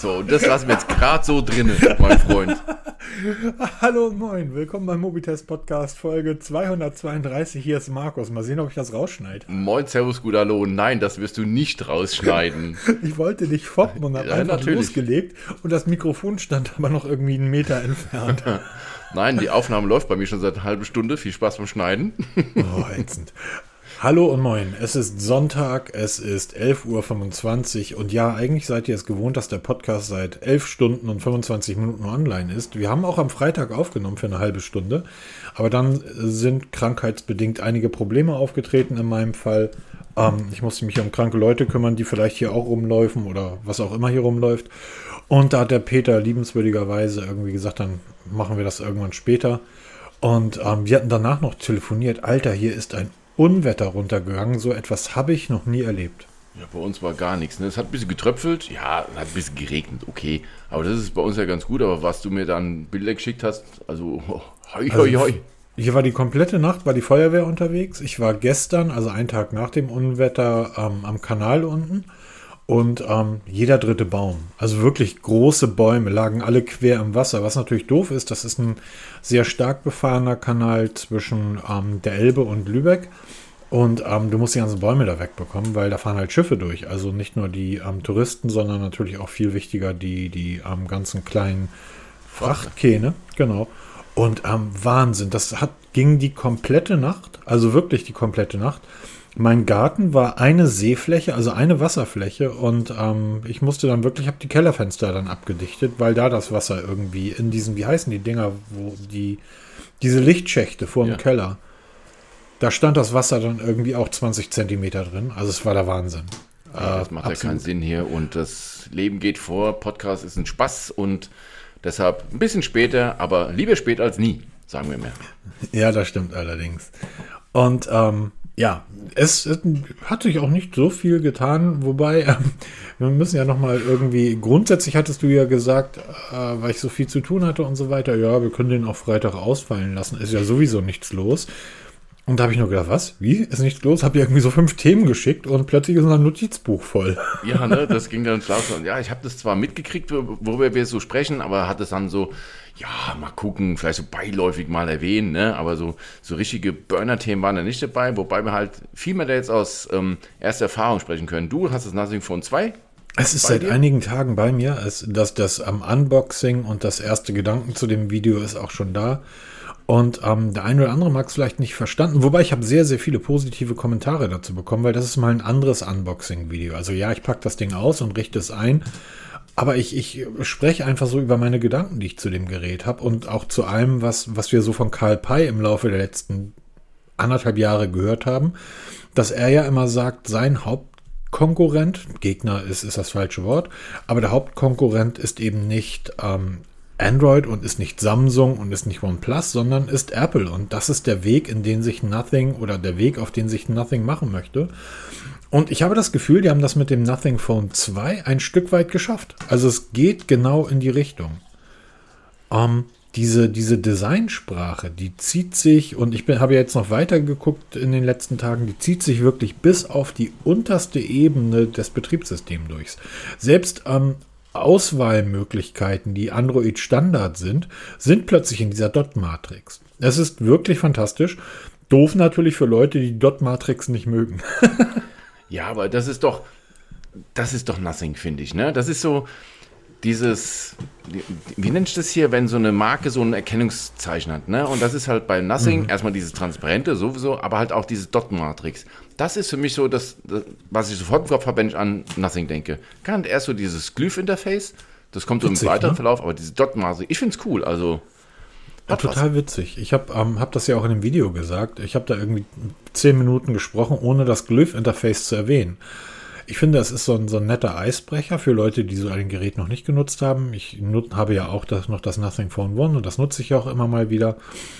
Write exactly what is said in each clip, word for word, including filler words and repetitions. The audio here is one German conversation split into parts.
So, und das lassen wir jetzt gerade so drinnen, mein Freund. Hallo und moin, willkommen beim Mobitest Podcast Folge zweihundertzweiunddreißig. Hier ist Markus. Mal sehen, ob ich das rausschneide. Moin, servus, gut, hallo. Nein, das wirst du nicht rausschneiden. Ich wollte dich foppen und habe Ja, einfach natürlich. losgelegt und das Mikrofon stand aber noch irgendwie einen Meter entfernt. Nein, die Aufnahme läuft bei mir schon seit einer halben Stunde. Viel Spaß beim Schneiden. Oh, ätzend. Hallo und moin, es ist Sonntag, es ist elf Uhr fünfundzwanzig und ja, eigentlich seid ihr es gewohnt, dass der Podcast seit elf Stunden und fünfundzwanzig Minuten online ist. Wir haben auch am Freitag aufgenommen für eine halbe Stunde, aber dann sind krankheitsbedingt einige Probleme aufgetreten in meinem Fall. Ähm, ich musste mich um kranke Leute kümmern, die vielleicht hier auch rumläufen oder was auch immer hier rumläuft. Und da hat der Peter liebenswürdigerweise irgendwie gesagt, dann machen wir das irgendwann später. Und ähm, wir hatten danach noch telefoniert. Alter, hier ist ein Unwetter runtergegangen. So etwas habe ich noch nie erlebt. Ja, bei uns war gar nichts. Ne? Es hat ein bisschen getröpfelt. Ja, es hat ein bisschen geregnet, okay. Aber das ist bei uns ja ganz gut. Aber was du mir dann Bilder geschickt hast, also oh, hoi, hoi, hoi. Also, hier war die komplette Nacht, war die Feuerwehr unterwegs. Ich war gestern, also einen Tag nach dem Unwetter, ähm, am Kanal unten. Und ähm, jeder dritte Baum, also wirklich große Bäume, lagen alle quer im Wasser. Was natürlich doof ist, das ist ein sehr stark befahrener Kanal zwischen ähm, der Elbe und Lübeck. Und ähm, du musst die ganzen Bäume da wegbekommen, weil da fahren halt Schiffe durch. Also nicht nur die ähm, Touristen, sondern natürlich auch viel wichtiger die, die ähm, ganzen kleinen Frachtkähne. Genau. Und ähm, Wahnsinn, das hat, ging die komplette Nacht, also wirklich die komplette Nacht. Mein Garten war eine Seefläche, also eine Wasserfläche und ähm, ich musste dann wirklich, ich habe die Kellerfenster dann abgedichtet, weil da das Wasser irgendwie in diesen, wie heißen die Dinger, wo die, diese Lichtschächte vor dem Ja. Keller, da stand das Wasser dann irgendwie auch zwanzig Zentimeter drin, also es war der Wahnsinn. Ja, das Äh, macht ja absolut. keinen Sinn hier und das Leben geht vor. Podcast ist ein Spaß und deshalb ein bisschen später, aber lieber spät als nie, sagen wir mehr. Ja, das stimmt allerdings. Und ähm, ja, es hat sich auch nicht so viel getan, wobei ähm, wir müssen ja nochmal irgendwie, grundsätzlich hattest du ja gesagt, äh, weil ich so viel zu tun hatte und so weiter, ja, wir können den auch Freitag ausfallen lassen, ist ja sowieso nichts los. Und da habe ich nur gedacht, was, wie, ist nichts los? Habe ja irgendwie so fünf Themen geschickt und plötzlich ist unser Notizbuch voll. Ja, ne, das ging dann schlau. Ja, ich habe das zwar mitgekriegt, worüber wir so sprechen, aber hat es dann so, ja, mal gucken, vielleicht so beiläufig mal erwähnen, ne? Aber so, so richtige Burner-Themen waren da nicht dabei, wobei wir halt viel mehr da jetzt aus ähm, erster Erfahrung sprechen können. Du hast das Nothing Phone zwei. Es ist Bei seit dir? einigen Tagen bei mir, es, dass das am Unboxing und das erste Gedanken zu dem Video ist auch schon da. Und ähm, der eine oder andere mag es vielleicht nicht verstanden, wobei ich habe sehr, sehr viele positive Kommentare dazu bekommen, weil das ist mal ein anderes Unboxing-Video. Also ja, ich packe das Ding aus und richte es ein, aber ich, ich spreche einfach so über meine Gedanken, die ich zu dem Gerät habe und auch zu allem, was, was wir so von Karl Pei im Laufe der letzten anderthalb Jahre gehört haben, dass er ja immer sagt, sein Hauptkonkurrent, Gegner ist, ist das falsche Wort, aber der Hauptkonkurrent ist eben nicht ähm, Android und ist nicht Samsung und ist nicht OnePlus, sondern ist Apple. Und das ist der Weg, in den sich Nothing oder der Weg, auf den sich Nothing machen möchte. Und ich habe das Gefühl, die haben das mit dem Nothing Phone zwei ein Stück weit geschafft. Also es geht genau in die Richtung. Ähm, diese, diese Designsprache, die zieht sich, und ich bin, habe jetzt noch weiter geguckt in den letzten Tagen, die zieht sich wirklich bis auf die unterste Ebene des Betriebssystems durch. Selbst ähm, Auswahlmöglichkeiten, die Android Standard sind, sind plötzlich in dieser Dot-Matrix. Es ist wirklich fantastisch. Doof natürlich für Leute, die Dot-Matrix nicht mögen. Ja, aber das ist doch, das ist doch Nothing, finde ich, ne? Das ist so dieses, wie nennt ich das hier, wenn so eine Marke so ein Erkennungszeichen hat, ne? Und das ist halt bei Nothing Mhm. erstmal dieses Transparente sowieso, aber halt auch dieses Dot-Matrix. Das ist für mich so das, das, was ich sofort im Kopf habe, wenn ich an Nothing denke. Gar nicht erst so dieses Glyph-Interface, das kommt so im Witzig, weiteren ne? Verlauf, aber diese Dot-Matrix, ich finde es cool, also Ja, hat was. total witzig. Ich habe ähm, hab das ja auch in dem Video gesagt. Ich habe da irgendwie zehn Minuten gesprochen, ohne das Glyph-Interface zu erwähnen. Ich finde, es ist so ein, so ein netter Eisbrecher für Leute, die so ein Gerät noch nicht genutzt haben. Ich nut, habe ja auch das, noch das Nothing Phone One und das nutze ich ja auch immer mal wieder.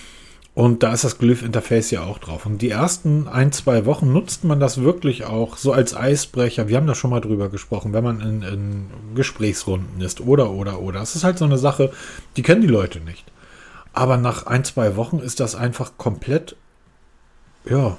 Und da ist das Glyph-Interface ja auch drauf. Und die ersten ein, zwei Wochen nutzt man das wirklich auch so als Eisbrecher. Wir haben da schon mal drüber gesprochen, wenn man in, in Gesprächsrunden ist oder, oder, oder. Es ist halt so eine Sache, die kennen die Leute nicht. Aber nach ein, zwei Wochen ist das einfach komplett, ja,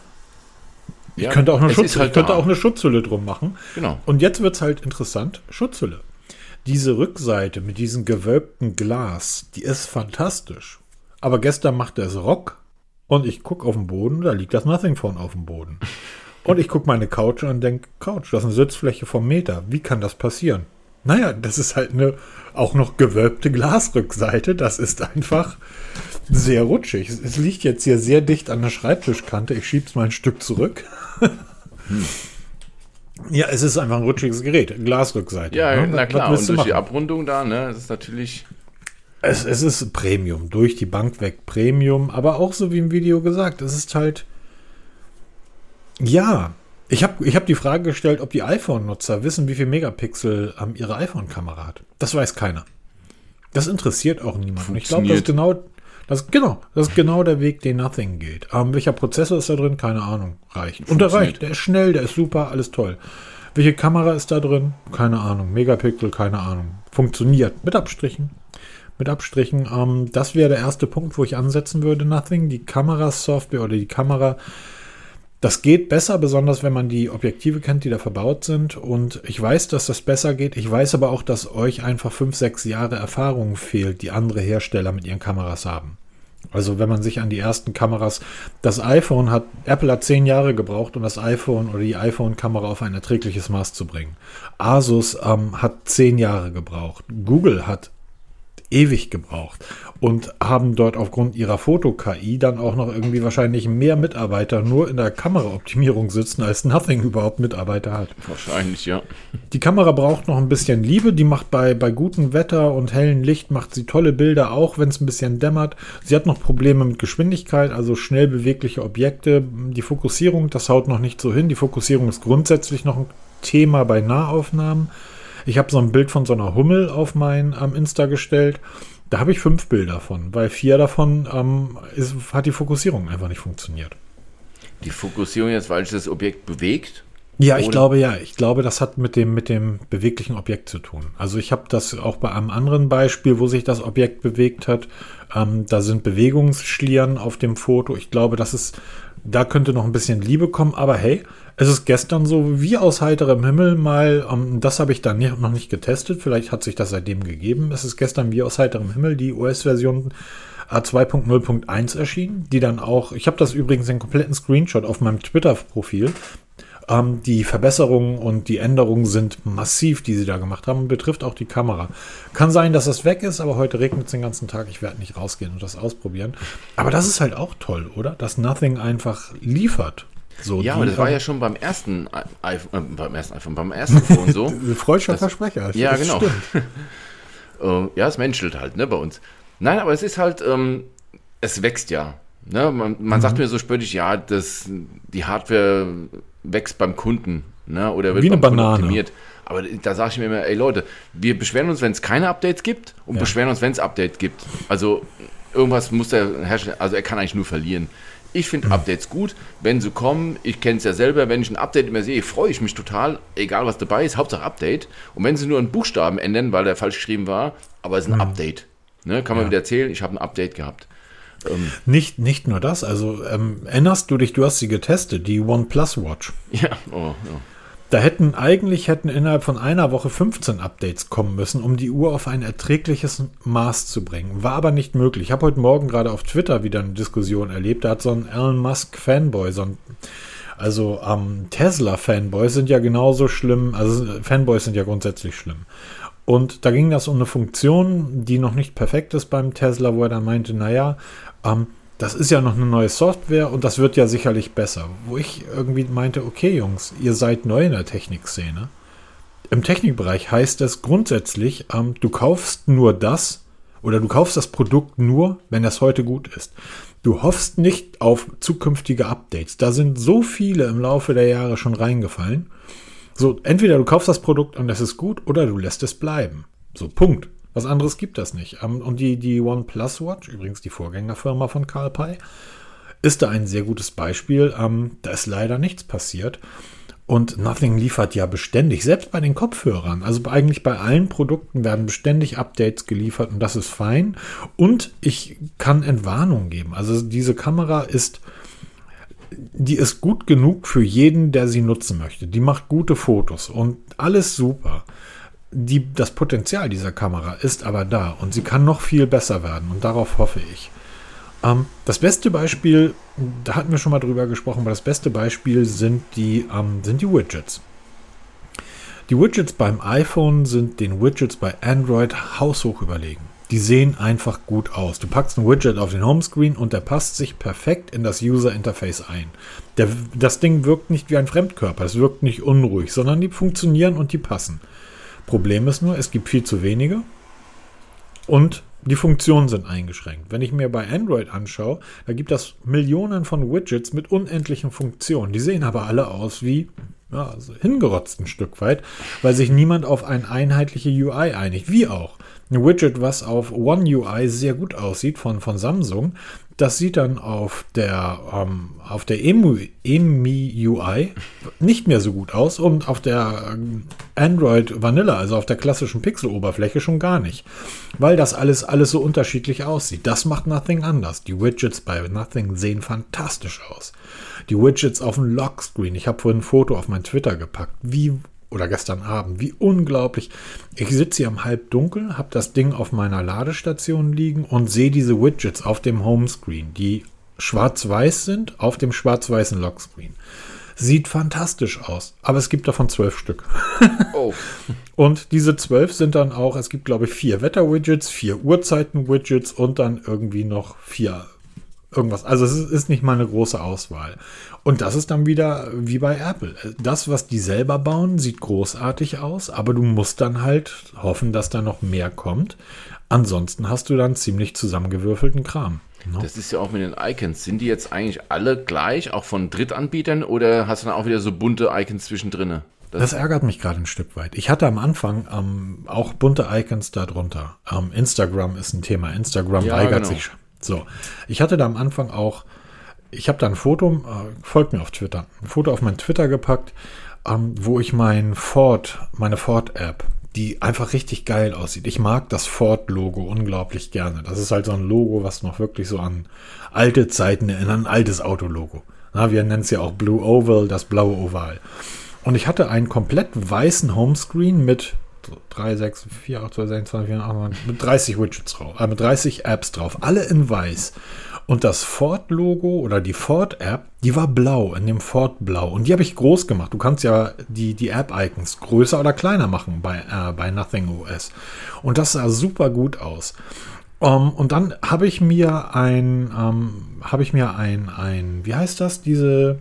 ich Ja, könnte auch eine, es Schutz, ist halt ich könnte da. auch eine Schutzhülle drum machen. Genau. Und jetzt wird es halt interessant, Schutzhülle. diese Rückseite mit diesem gewölbten Glas, die ist fantastisch. Aber gestern machte es Rock und ich gucke auf den Boden, da liegt das Nothing Phone auf dem Boden. Und ich gucke meine Couch an und denke, Couch, das ist eine Sitzfläche vom Meter. Wie kann das passieren? Naja, das ist halt eine auch noch gewölbte Glasrückseite. Das ist einfach sehr rutschig. Es liegt jetzt hier sehr dicht an der Schreibtischkante. Ich schiebe es mal ein Stück zurück. Hm. Ja, es ist einfach ein rutschiges Gerät. Glasrückseite. Ja, ne? na klar. Und durch machen? Die Abrundung da, ne, das ist natürlich... Es, es ist Premium. Durch die Bank weg Premium. Aber auch so wie im Video gesagt, es ist halt... Ja, ich habe ich hab die Frage gestellt, ob die iPhone-Nutzer wissen, wie viel Megapixel ähm, ihre iPhone-Kamera hat. Das weiß keiner. Das interessiert auch niemanden. Ich glaube, das ist genau, das, genau, das ist genau der Weg, den Nothing geht. Ähm, welcher Prozessor ist da drin? Keine Ahnung. Reicht. Und der reicht. Der ist schnell, der ist super, alles toll. Welche Kamera ist da drin? Keine Ahnung. Megapixel, keine Ahnung. Funktioniert. Mit Abstrichen. Mit Abstrichen. Ähm, das wäre der erste Punkt, wo ich ansetzen würde, Nothing. Die Kamerasoftware oder die Kamera... Das geht besser, besonders wenn man die Objektive kennt, die da verbaut sind. Und ich weiß, dass das besser geht. Ich weiß aber auch, dass euch einfach fünf, sechs Jahre Erfahrung fehlt, die andere Hersteller mit ihren Kameras haben. Also wenn man sich an die ersten Kameras... Das iPhone hat... Apple hat zehn Jahre gebraucht, um das iPhone oder die iPhone-Kamera auf ein erträgliches Maß zu bringen. Asus ähm, hat zehn Jahre gebraucht. Google hat ewig gebraucht und haben dort aufgrund ihrer Foto-K I dann auch noch irgendwie wahrscheinlich mehr Mitarbeiter nur in der Kameraoptimierung sitzen, als Nothing überhaupt Mitarbeiter hat. Wahrscheinlich, ja. Die Kamera braucht noch ein bisschen Liebe, die macht bei, bei gutem Wetter und hellem Licht, macht sie tolle Bilder, auch wenn es ein bisschen dämmert. Sie hat noch Probleme mit Geschwindigkeit, also schnell bewegliche Objekte. Die Fokussierung, das haut noch nicht so hin. Die Fokussierung ist grundsätzlich noch ein Thema bei Nahaufnahmen. Ich habe so ein Bild von so einer Hummel auf mein ähm, Insta gestellt. Da habe ich fünf Bilder von, weil vier davon ähm, ist, hat die Fokussierung einfach nicht funktioniert. Die Fokussierung jetzt, weil sich das Objekt bewegt? Ja, ich glaube ja. Ich glaube, das hat mit dem, mit dem beweglichen Objekt zu tun. Also ich habe das auch bei einem anderen Beispiel, wo sich das Objekt bewegt hat. Ähm, da sind Bewegungsschlieren auf dem Foto. Ich glaube, das ist, da könnte noch ein bisschen Liebe kommen. Aber hey, es ist gestern so wie aus heiterem Himmel mal, um, das habe ich dann nicht, noch nicht getestet, vielleicht hat sich das seitdem gegeben. Es ist gestern wie aus heiterem Himmel die O S-Version zwei Punkt null Punkt eins erschienen, die dann auch, ich habe das übrigens den kompletten Screenshot auf meinem Twitter-Profil. Ähm, die Verbesserungen und die Änderungen sind massiv, die sie da gemacht haben, und betrifft auch die Kamera. Kann sein, dass es weg ist, aber heute regnet es den ganzen Tag. Ich werde nicht rausgehen und das ausprobieren. Aber das ist halt auch toll, oder? Dass Nothing einfach liefert. So, ja, aber das war ja schon beim ersten iPhone, äh, beim ersten iPhone, beim ersten Phone so. Freudscher Versprecher. Ja, genau. äh, ja, es menschelt halt, ne, bei uns. Nein, aber es ist halt, ähm, es wächst ja. Ne? Man, man mhm. sagt mir so spöttisch, ja, das, die Hardware wächst beim Kunden, ne, oder wird wie beim eine Kunden Banane. optimiert. Aber da sage ich mir immer, ey Leute, wir beschweren uns, wenn es keine Updates gibt und ja. beschweren uns, wenn es Updates gibt. Also irgendwas muss der Hersteller, also er kann eigentlich nur verlieren. Ich finde mhm. Updates gut, wenn sie kommen. Ich kenne es ja selber, wenn ich ein Update immer sehe, freue ich mich total, egal was dabei ist, Hauptsache Update. Und wenn sie nur einen Buchstaben ändern, weil der falsch geschrieben war, aber es ist ein mhm. Update. Ne, kann man ja. wieder erzählen, ich habe ein Update gehabt. Ähm, nicht, nicht nur das, also ähm, erinnerst du dich, du hast sie getestet, die OnePlus Watch. Ja, oh, ja. Da hätten eigentlich hätten innerhalb von einer Woche fünfzehn Updates kommen müssen, um die Uhr auf ein erträgliches Maß zu bringen. War aber nicht möglich. Ich habe heute Morgen gerade auf Twitter wieder eine Diskussion erlebt. Da hat so ein Elon Musk Fanboy, so ein, also ähm, Tesla Fanboys sind ja genauso schlimm, also Fanboys sind ja grundsätzlich schlimm. Und da ging das um eine Funktion, die noch nicht perfekt ist beim Tesla, wo er dann meinte, naja, ähm, das ist ja noch eine neue Software und das wird ja sicherlich besser. Wo ich irgendwie meinte, okay Jungs, ihr seid neu in der Technikszene. Im Technikbereich heißt es grundsätzlich, ähm, du kaufst nur das oder du kaufst das Produkt nur, wenn es heute gut ist. Du hoffst nicht auf zukünftige Updates. Da sind so viele im Laufe der Jahre schon reingefallen. So, entweder du kaufst das Produkt und es ist gut oder du lässt es bleiben. So, Punkt. Was anderes gibt das nicht. Und die, die OnePlus Watch, übrigens die Vorgängerfirma von Carl Pei, ist da ein sehr gutes Beispiel. Da ist leider nichts passiert. Und Nothing liefert ja beständig, selbst bei den Kopfhörern. Also eigentlich bei allen Produkten werden beständig Updates geliefert und das ist fein. Und ich kann Entwarnung geben. Also diese Kamera ist... Die ist gut genug für jeden, der sie nutzen möchte. Die macht gute Fotos und alles super. die, das Potenzial dieser Kamera ist aber da und sie kann noch viel besser werden und darauf hoffe ich. Ähm, das beste Beispiel, da hatten wir schon mal drüber gesprochen, aber das beste Beispiel sind die, ähm, sind die Widgets. Die Widgets beim iPhone sind den Widgets bei Android haushoch überlegen. Die sehen einfach gut aus. Du packst ein Widget auf den Homescreen und der passt sich perfekt in das User-Interface ein. Der, das Ding wirkt nicht wie ein Fremdkörper, es wirkt nicht unruhig, sondern die funktionieren und die passen. Problem ist nur, es gibt viel zu wenige und die Funktionen sind eingeschränkt. Wenn ich mir bei Android anschaue, da gibt es Millionen von Widgets mit unendlichen Funktionen. Die sehen aber alle aus wie ja, also hingerotzt ein Stück weit, weil sich niemand auf eine einheitliche U I einigt. Wie auch. Ein Widget, was auf One U I sehr gut aussieht von, von Samsung, das sieht dann auf der, ähm, auf der E M I U I nicht mehr so gut aus und auf der ähm, Android Vanilla, also auf der klassischen Pixel-Oberfläche schon gar nicht, weil das alles, alles so unterschiedlich aussieht. Das macht Nothing anders. Die Widgets bei Nothing sehen fantastisch aus. Die Widgets auf dem Lockscreen. Ich habe vorhin ein Foto auf mein Twitter gepackt. Wie, oder gestern Abend. Wie unglaublich. Ich sitze hier im Halbdunkel, habe das Ding auf meiner Ladestation liegen und sehe diese Widgets auf dem Homescreen, die schwarz-weiß sind, auf dem schwarz-weißen Lockscreen. Sieht fantastisch aus. Aber es gibt davon zwölf Stück. Oh. Und diese zwölf sind dann auch, es gibt glaube ich vier Wetter-Widgets, vier Uhrzeiten-Widgets und dann irgendwie noch vier irgendwas. Also es ist nicht mal eine große Auswahl. Und das ist dann wieder wie bei Apple. Das, was die selber bauen, sieht großartig aus, aber du musst dann halt hoffen, dass da noch mehr kommt. Ansonsten hast du dann ziemlich zusammengewürfelten Kram. No? Das ist ja auch mit den Icons. Sind die jetzt eigentlich alle gleich, auch von Drittanbietern, oder hast du dann auch wieder so bunte Icons zwischendrin? Das, das ärgert mich gerade ein Stück weit. Ich hatte am Anfang ähm, auch bunte Icons darunter. Ähm, Instagram ist ein Thema. Instagram ja, weigert genau. sich. So, ich hatte da am Anfang auch, ich habe da ein Foto, äh, folgt mir auf Twitter, ein Foto auf mein Twitter gepackt, ähm, wo ich mein Ford, meine Ford-App, die einfach richtig geil aussieht. Ich mag das Ford-Logo unglaublich gerne. Das ist halt so ein Logo, was noch wirklich so an alte Zeiten erinnert, ein altes Autologo. Na, wir nennen es ja auch Blue Oval, das blaue Oval. Und ich hatte einen komplett weißen Homescreen mit drei, sechs, vier, acht, zwei, sechs, zwei, vier, acht, neun, mit dreißig Widgets drauf, äh, mit dreißig Apps drauf, alle in weiß. Und das Ford-Logo oder die Ford-App, die war blau, in dem Ford-Blau. Und die habe ich groß gemacht. Du kannst ja die, die App-Icons größer oder kleiner machen bei, äh, bei Nothing O S. Und das sah super gut aus. Um, und dann habe ich mir ein, ähm, habe ich mir ein, ein, wie heißt das, diese,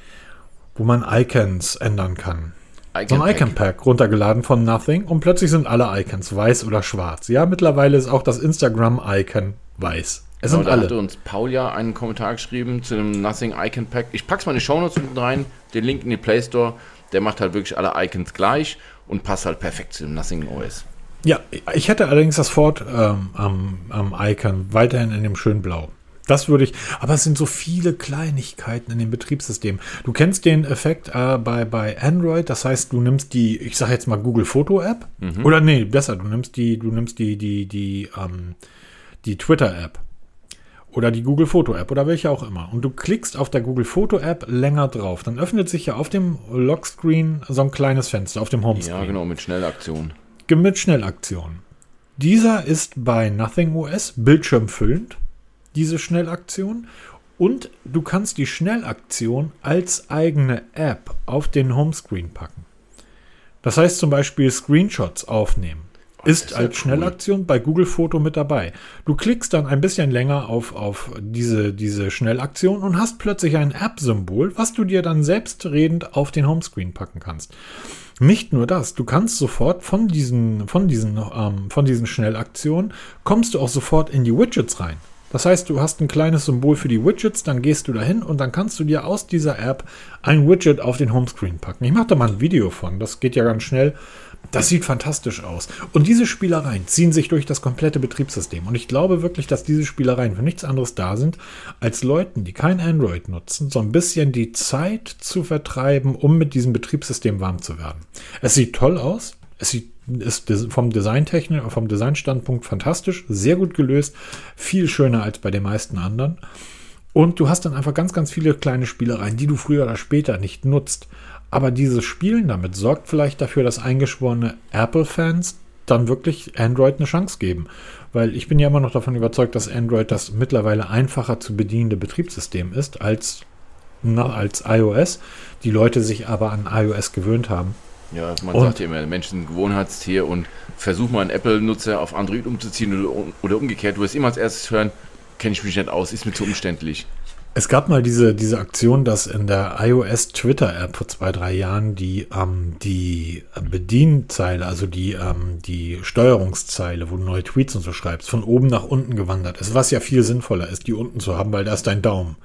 wo man Icons ändern kann. So ein Icon-Pack runtergeladen von Nothing und plötzlich sind alle Icons weiß oder schwarz. Ja, mittlerweile ist auch das Instagram-Icon weiß. Es genau, sind alle. Da hatte uns Paul ja einen Kommentar geschrieben zu dem Nothing Icon-Pack. Ich pack's mal in die Shownotes unten rein, den Link in den Play Store. Der macht halt wirklich alle Icons gleich und passt halt perfekt zu dem Nothing O S. Ja, ich hätte allerdings das Ford ähm, am, am Icon weiterhin in dem schönen Blau. Das würde ich, aber es sind so viele Kleinigkeiten in dem Betriebssystem. Du kennst den Effekt äh, bei, bei Android, das heißt, du nimmst die, ich sage jetzt mal Google Foto App, mhm. oder nee, besser, du nimmst die, du nimmst die, die, die, ähm, die Twitter App oder die Google Foto App oder welche auch immer. Und du klickst auf der Google Foto App länger drauf. Dann öffnet sich ja auf dem Lockscreen so ein kleines Fenster, auf dem Homescreen. Ja, genau, mit Schnellaktion. Mit Schnellaktion. Dieser ist bei Nothing O S bildschirmfüllend. Diese Schnellaktion und du kannst die Schnellaktion als eigene App auf den Homescreen packen. Das heißt zum Beispiel Screenshots aufnehmen. Oh, ist, ist als ja Schnellaktion cool. Bei Google Foto mit dabei. Du klickst dann ein bisschen länger auf, auf diese, diese Schnellaktion und hast plötzlich ein App-Symbol, was du dir dann selbstredend auf den Homescreen packen kannst. Nicht nur das, du kannst sofort von diesen, von diesen, ähm, von diesen Schnellaktionen kommst du auch sofort in die Widgets rein. Das heißt, du hast ein kleines Symbol für die Widgets, dann gehst du dahin und dann kannst du dir aus dieser App ein Widget auf den Homescreen packen. Ich mache da mal ein Video von, das geht ja ganz schnell. Das sieht fantastisch aus. Und diese Spielereien ziehen sich durch das komplette Betriebssystem. Und ich glaube wirklich, dass diese Spielereien für nichts anderes da sind, als Leuten, die kein Android nutzen, so ein bisschen die Zeit zu vertreiben, um mit diesem Betriebssystem warm zu werden. Es sieht toll aus. Es sieht, ist vom Designtechnik, vom Designstandpunkt fantastisch, sehr gut gelöst, viel schöner als bei den meisten anderen. Und du hast dann einfach ganz, ganz viele kleine Spielereien, die du früher oder später nicht nutzt. Aber dieses Spielen damit sorgt vielleicht dafür, dass eingeschworene Apple-Fans dann wirklich Android eine Chance geben. Weil ich bin ja immer noch davon überzeugt, dass Android das mittlerweile einfacher zu bedienende Betriebssystem ist als, na, als iOS. Die Leute sich aber an iOS gewöhnt haben. Ja, man Und sagt ja immer, Menschen sind Gewohnheitstier und versuch mal einen Apple-Nutzer auf Android umzuziehen oder, oder umgekehrt. Du wirst immer als erstes hören, kenne ich mich nicht aus, ist mir zu umständlich. Es gab mal diese, diese Aktion, dass in der iOS-Twitter-App vor zwei, drei Jahren die, ähm, die Bedienzeile, also die, ähm, die Steuerungszeile, wo du neue Tweets und so schreibst, von oben nach unten gewandert ist, was ja viel sinnvoller ist, die unten zu haben, weil da ist dein Daumen.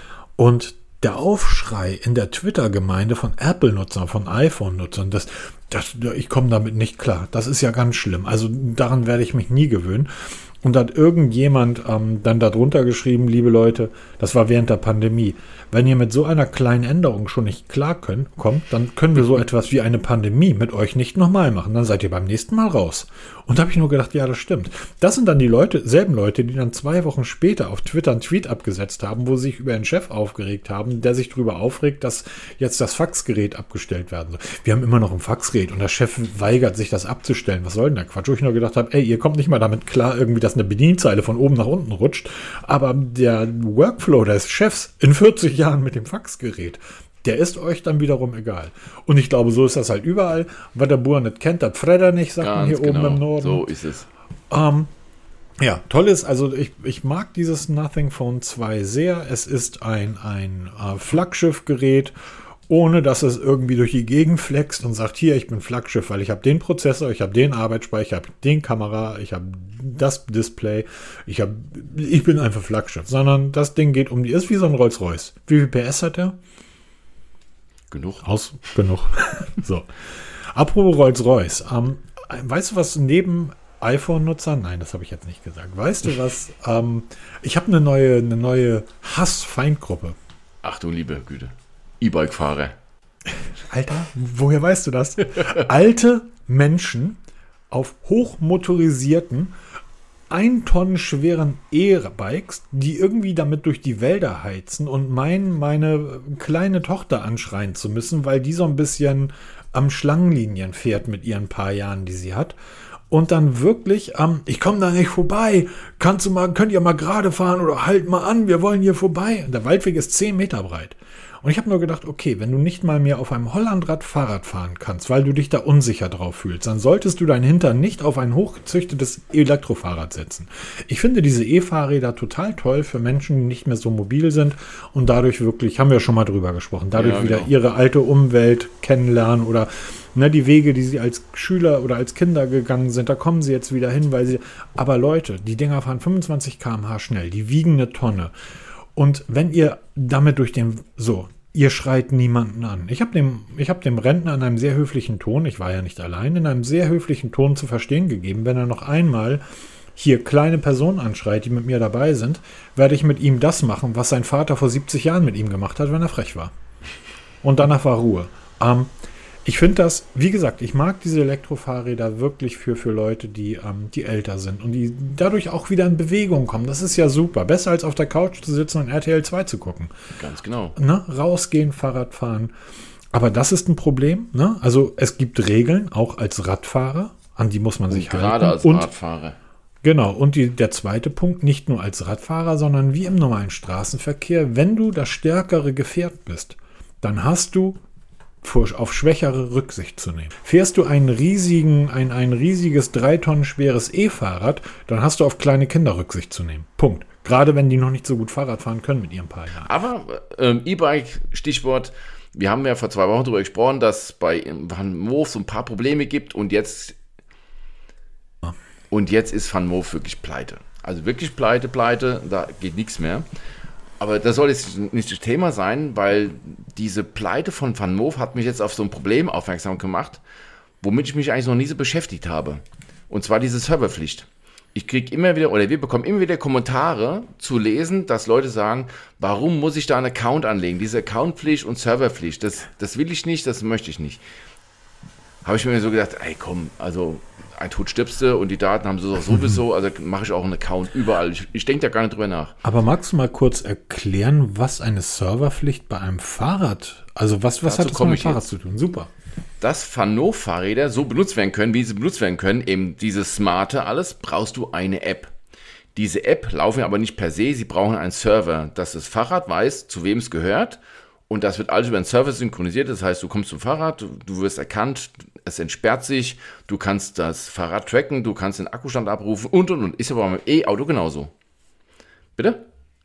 Und der Aufschrei in der Twitter-Gemeinde von Apple-Nutzern, von iPhone-Nutzern, das, das, ich komme damit nicht klar. Das ist ja ganz schlimm. Also daran werde ich mich nie gewöhnen. Und da hat irgendjemand ähm, dann darunter geschrieben, liebe Leute, das war während der Pandemie, wenn ihr mit so einer kleinen Änderung schon nicht klar könnt, kommt, dann können wir so etwas wie eine Pandemie mit euch nicht nochmal machen. Dann seid ihr beim nächsten Mal raus. Und da habe ich nur gedacht, ja, das stimmt. Das sind dann die Leute, selben Leute, die dann zwei Wochen später auf Twitter einen Tweet abgesetzt haben, wo sie sich über einen Chef aufgeregt haben, der sich darüber aufregt, dass jetzt das Faxgerät abgestellt werden soll. Wir haben immer noch ein Faxgerät und der Chef weigert sich, das abzustellen. Was soll denn der Quatsch? Wo ich nur gedacht habe, ey, ihr kommt nicht mal damit klar, irgendwie, dass eine Bedienzeile von oben nach unten rutscht, aber der Workflow des Chefs in vierzig Jahren mit dem Faxgerät, der ist euch dann wiederum egal. Und ich glaube, so ist das halt überall. Was der Bauer nicht kennt, das fredert er nicht, sagt Ganz man hier genau, oben im Norden. So ist es. Ähm, ja, toll ist, also ich, ich mag dieses Nothing Phone zwei sehr. Es ist ein, ein äh, Flaggschiffgerät, ohne dass es irgendwie durch die Gegend flext und sagt, hier, ich bin Flaggschiff, weil ich habe den Prozessor, ich habe den Arbeitsspeicher, ich habe den Kamera, ich habe das Display, ich habe, ich bin einfach Flaggschiff, sondern das Ding geht um die, ist wie so ein Rolls-Royce. Wie viel P S hat der? Genug. Aus, genug. So. Apropos Rolls-Royce, ähm, weißt du, was neben iPhone-Nutzern, nein, das habe ich jetzt nicht gesagt, weißt du was, ähm, ich habe eine neue, eine neue Hass-Feindgruppe. Ach du liebe Güte. E-Bike-Fahrer. Alter, woher weißt du das? Alte Menschen auf hochmotorisierten, ein Tonnen schweren E-Bikes, die irgendwie damit durch die Wälder heizen und meinen, meine kleine Tochter anschreien zu müssen, weil die so ein bisschen am Schlangenlinien fährt mit ihren paar Jahren, die sie hat. Und dann wirklich, ähm, ich komme da nicht vorbei. Kannst du mal, könnt ihr mal gerade fahren oder halt mal an, wir wollen hier vorbei. Und der Waldweg ist zehn Meter breit. Und ich habe nur gedacht, okay, wenn du nicht mal mehr auf einem Hollandrad Fahrrad fahren kannst, weil du dich da unsicher drauf fühlst, dann solltest du deinen Hintern nicht auf ein hochgezüchtetes Elektrofahrrad setzen. Ich finde diese E-Fahrräder total toll für Menschen, die nicht mehr so mobil sind und dadurch wirklich, haben wir schon mal drüber gesprochen, dadurch ja, wieder genau. ihre alte Umwelt kennenlernen oder ne, die Wege, die sie als Schüler oder als Kinder gegangen sind, da kommen sie jetzt wieder hin, weil sie, aber Leute, die Dinger fahren fünfundzwanzig Kilometer pro Stunde schnell, die wiegen eine Tonne. Und wenn ihr damit durch den, so, ihr schreit niemanden an. Ich habe dem, ich hab dem Rentner in einem sehr höflichen Ton, ich war ja nicht allein, in einem sehr höflichen Ton zu verstehen gegeben, wenn er noch einmal hier kleine Personen anschreit, die mit mir dabei sind, werde ich mit ihm das machen, was sein Vater vor siebzig Jahren mit ihm gemacht hat, wenn er frech war. Und danach war Ruhe. Ähm, Ich finde das, wie gesagt, ich mag diese Elektrofahrräder wirklich für, für Leute, die, ähm, die älter sind und die dadurch auch wieder in Bewegung kommen. Das ist ja super. Besser als auf der Couch zu sitzen und R T L zwei zu gucken. Ganz genau. Ne? Rausgehen, Fahrrad fahren. Aber das ist ein Problem. Ne? Also es gibt Regeln, auch als Radfahrer, an die muss man sich und halten. Gerade als und, Radfahrer. Genau, und die, der zweite Punkt, nicht nur als Radfahrer, sondern wie im normalen Straßenverkehr, wenn du das stärkere Gefährt bist, dann hast du auf schwächere Rücksicht zu nehmen. Fährst du einen riesigen, ein, ein riesiges, drei Tonnen schweres E-Fahrrad, dann hast du auf kleine Kinder Rücksicht zu nehmen. Punkt. Gerade wenn die noch nicht so gut Fahrrad fahren können mit ihren paar Jahren. Aber ähm, E-Bike, Stichwort, wir haben ja vor zwei Wochen darüber gesprochen, dass es bei Van Moof so ein paar Probleme gibt und jetzt ja. und jetzt ist Van Moof wirklich pleite. Also wirklich pleite, pleite, da geht nichts mehr. Aber das soll jetzt nicht das Thema sein, weil diese Pleite von Van Moof hat mich jetzt auf so ein Problem aufmerksam gemacht, womit ich mich eigentlich noch nie so beschäftigt habe. Und zwar diese Serverpflicht. Ich kriege immer wieder, oder wir bekommen immer wieder Kommentare zu lesen, dass Leute sagen, warum muss ich da einen Account anlegen? Diese Accountpflicht und Serverpflicht, das, das will ich nicht, das möchte ich nicht. Habe ich mir so gedacht, ey komm, also ein Tod stirbst du und die Daten haben sie doch sowieso, also mache ich auch einen Account überall. Ich, ich denke da gar nicht drüber nach. Aber magst du mal kurz erklären, was eine Serverpflicht bei einem Fahrrad, also was, was hat das mit einem Fahrrad jetzt zu tun? Super. Dass Fano-Fahrräder so benutzt werden können, wie sie benutzt werden können, eben dieses smarte alles, brauchst du eine App. Diese App laufen aber nicht per se, sie brauchen einen Server, dass das Fahrrad weiß, zu wem es gehört. Und das wird alles über einen Server synchronisiert. Das heißt, du kommst zum Fahrrad, du, du wirst erkannt, es entsperrt sich, du kannst das Fahrrad tracken, du kannst den Akkustand abrufen und, und, und. Ist ja bei meinem E-Auto genauso. Bitte?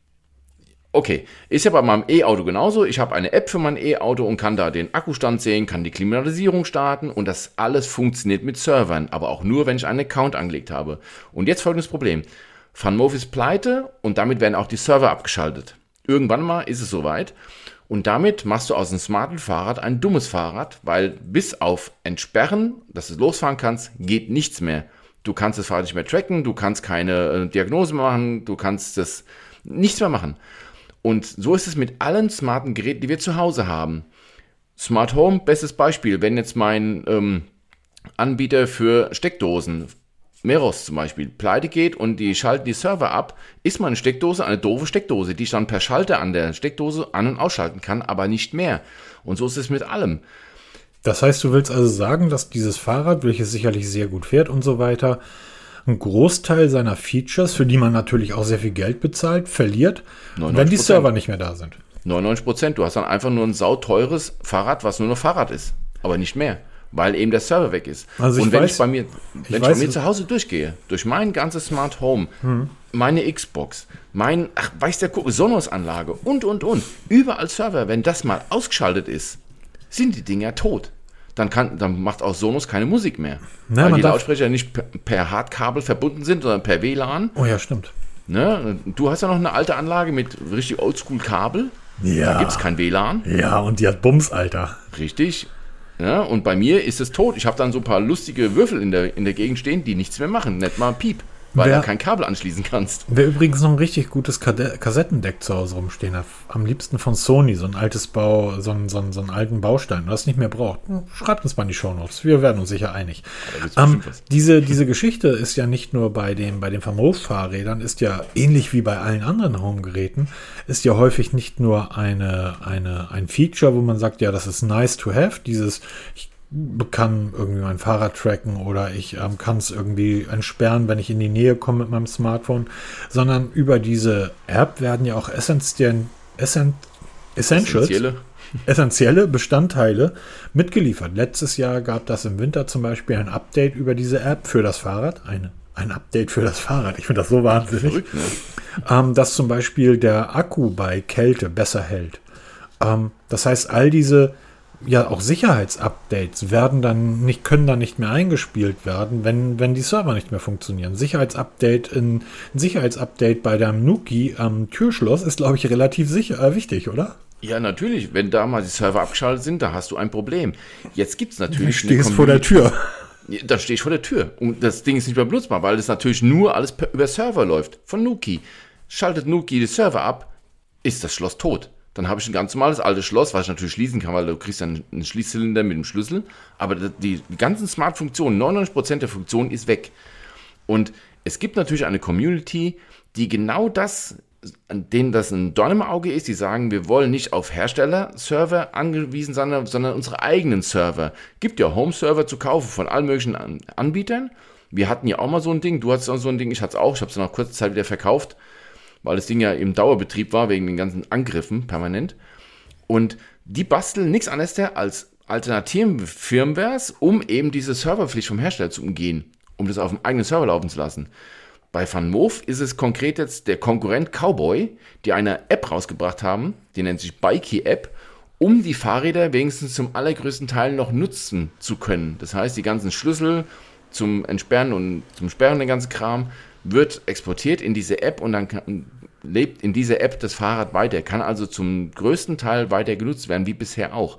Okay, ist ja bei meinem E-Auto genauso. Ich habe eine App für mein E-Auto und kann da den Akkustand sehen, kann die Klimatisierung starten und das alles funktioniert mit Servern, aber auch nur, wenn ich einen Account angelegt habe. Und jetzt folgendes Problem. Funmove ist pleite und damit werden auch die Server abgeschaltet. Irgendwann mal ist es soweit. Und damit machst du aus einem smarten Fahrrad ein dummes Fahrrad, weil bis auf Entsperren, dass du losfahren kannst, geht nichts mehr. Du kannst das Fahrrad nicht mehr tracken, du kannst keine äh, Diagnose machen, du kannst das nichts mehr machen. Und so ist es mit allen smarten Geräten, die wir zu Hause haben. Smart Home, bestes Beispiel, wenn jetzt mein ähm, Anbieter für Steckdosen, Meros zum Beispiel, pleite geht und die schalten die Server ab, ist meine Steckdose eine doofe Steckdose, die ich dann per Schalter an der Steckdose an- und ausschalten kann, aber nicht mehr. Und so ist es mit allem. Das heißt, du willst also sagen, dass dieses Fahrrad, welches sicherlich sehr gut fährt und so weiter, einen Großteil seiner Features, für die man natürlich auch sehr viel Geld bezahlt, verliert, wenn die Server nicht mehr da sind. neunundneunzig Prozent. Du hast dann einfach nur ein sauteures Fahrrad, was nur noch Fahrrad ist, aber nicht mehr. Weil eben der Server weg ist. Also ich und wenn weiß, ich bei mir, wenn ich ich weiß, bei mir zu Hause durchgehe, durch mein ganzes Smart Home, hm. meine Xbox, mein, ach, weiß der Kuckuck, Sonos-Anlage und, und, und, überall Server, wenn das mal ausgeschaltet ist, sind die Dinger tot. Dann, kann, dann macht auch Sonos keine Musik mehr. Na, weil die Lautsprecher nicht per, per Hardkabel verbunden sind, sondern per W L A N. Oh ja, stimmt. Ne? Du hast ja noch eine alte Anlage mit richtig Oldschool-Kabel. Ja. Da gibt es kein W L A N. Ja, und die hat Bums, Alter. Richtig. Ja, und bei mir ist es tot. Ich habe dann so ein paar lustige Würfel in der, in der Gegend stehen, die nichts mehr machen. Nicht mal ein Piep, weil wer, du kein Kabel anschließen kannst. Wer übrigens noch ein richtig gutes Kade- Kassettendeck zu Hause rumstehen hat, am liebsten von Sony, so ein altes Bau, so einen, so einen, so einen alten Baustein, und das nicht mehr braucht, schreibt uns mal in die Shownotes. Wir werden uns sicher einig. Ähm, diese, diese Geschichte ist ja nicht nur bei den, bei den Famos-Fahrrädern, ist ja ähnlich wie bei allen anderen Home-Geräten, ist ja häufig nicht nur eine, eine, ein Feature, wo man sagt, ja, das ist nice to have, dieses, ich kann irgendwie mein Fahrrad tracken oder ich ähm, kann es irgendwie entsperren, wenn ich in die Nähe komme mit meinem Smartphone, sondern über diese App werden ja auch essentiell, essen, Essentials, essentielle. essentielle Bestandteile mitgeliefert. Letztes Jahr gab das im Winter zum Beispiel ein Update über diese App für das Fahrrad, eine, ein Update für das Fahrrad, ich finde das so wahnsinnig, verrückt, ne? ähm, dass zum Beispiel der Akku bei Kälte besser hält. Ähm, das heißt, all diese ja, auch Sicherheitsupdates werden dann nicht, können dann nicht mehr eingespielt werden, wenn, wenn die Server nicht mehr funktionieren. Sicherheitsupdate in, ein Sicherheitsupdate bei deinem Nuki am Türschloss ist, glaube ich, relativ sicher, äh, wichtig, oder? Ja, natürlich. Wenn da mal die Server abgeschaltet sind, da hast du ein Problem. Jetzt gibt es natürlich. Du stehst vor der Tür. Da stehe ich vor der Tür. Und das Ding ist nicht mehr benutzbar, weil das natürlich nur alles per, über Server läuft. Von Nuki. Schaltet Nuki die Server ab, ist das Schloss tot. Dann habe ich ein ganz normales altes Schloss, was ich natürlich schließen kann, weil du kriegst dann einen Schließzylinder mit dem Schlüssel. Aber die, die ganzen Smart-Funktionen, neunundneunzig Prozent der Funktionen ist weg. Und es gibt natürlich eine Community, die genau das, an denen das ein Dorn im Auge ist, die sagen, wir wollen nicht auf Hersteller-Server angewiesen sein, sondern unsere eigenen Server. Gibt ja Home-Server zu kaufen von allen möglichen Anbietern. Wir hatten ja auch mal so ein Ding, du hattest auch so ein Ding, ich hatte es auch, ich habe es nach kurzer Zeit wieder verkauft, weil das Ding ja im Dauerbetrieb war, wegen den ganzen Angriffen permanent. Und die basteln nichts anderes als alternativen Firmwares, um eben diese Serverpflicht vom Hersteller zu umgehen, um das auf dem eigenen Server laufen zu lassen. Bei Funmove ist es konkret jetzt der Konkurrent Cowboy, die eine App rausgebracht haben, die nennt sich Bikey App, um die Fahrräder wenigstens zum allergrößten Teil noch nutzen zu können. Das heißt, die ganzen Schlüssel zum Entsperren und zum Sperren, den ganzen Kram, wird exportiert in diese App und dann kann, lebt in dieser App das Fahrrad weiter, kann also zum größten Teil weiter genutzt werden, wie bisher auch.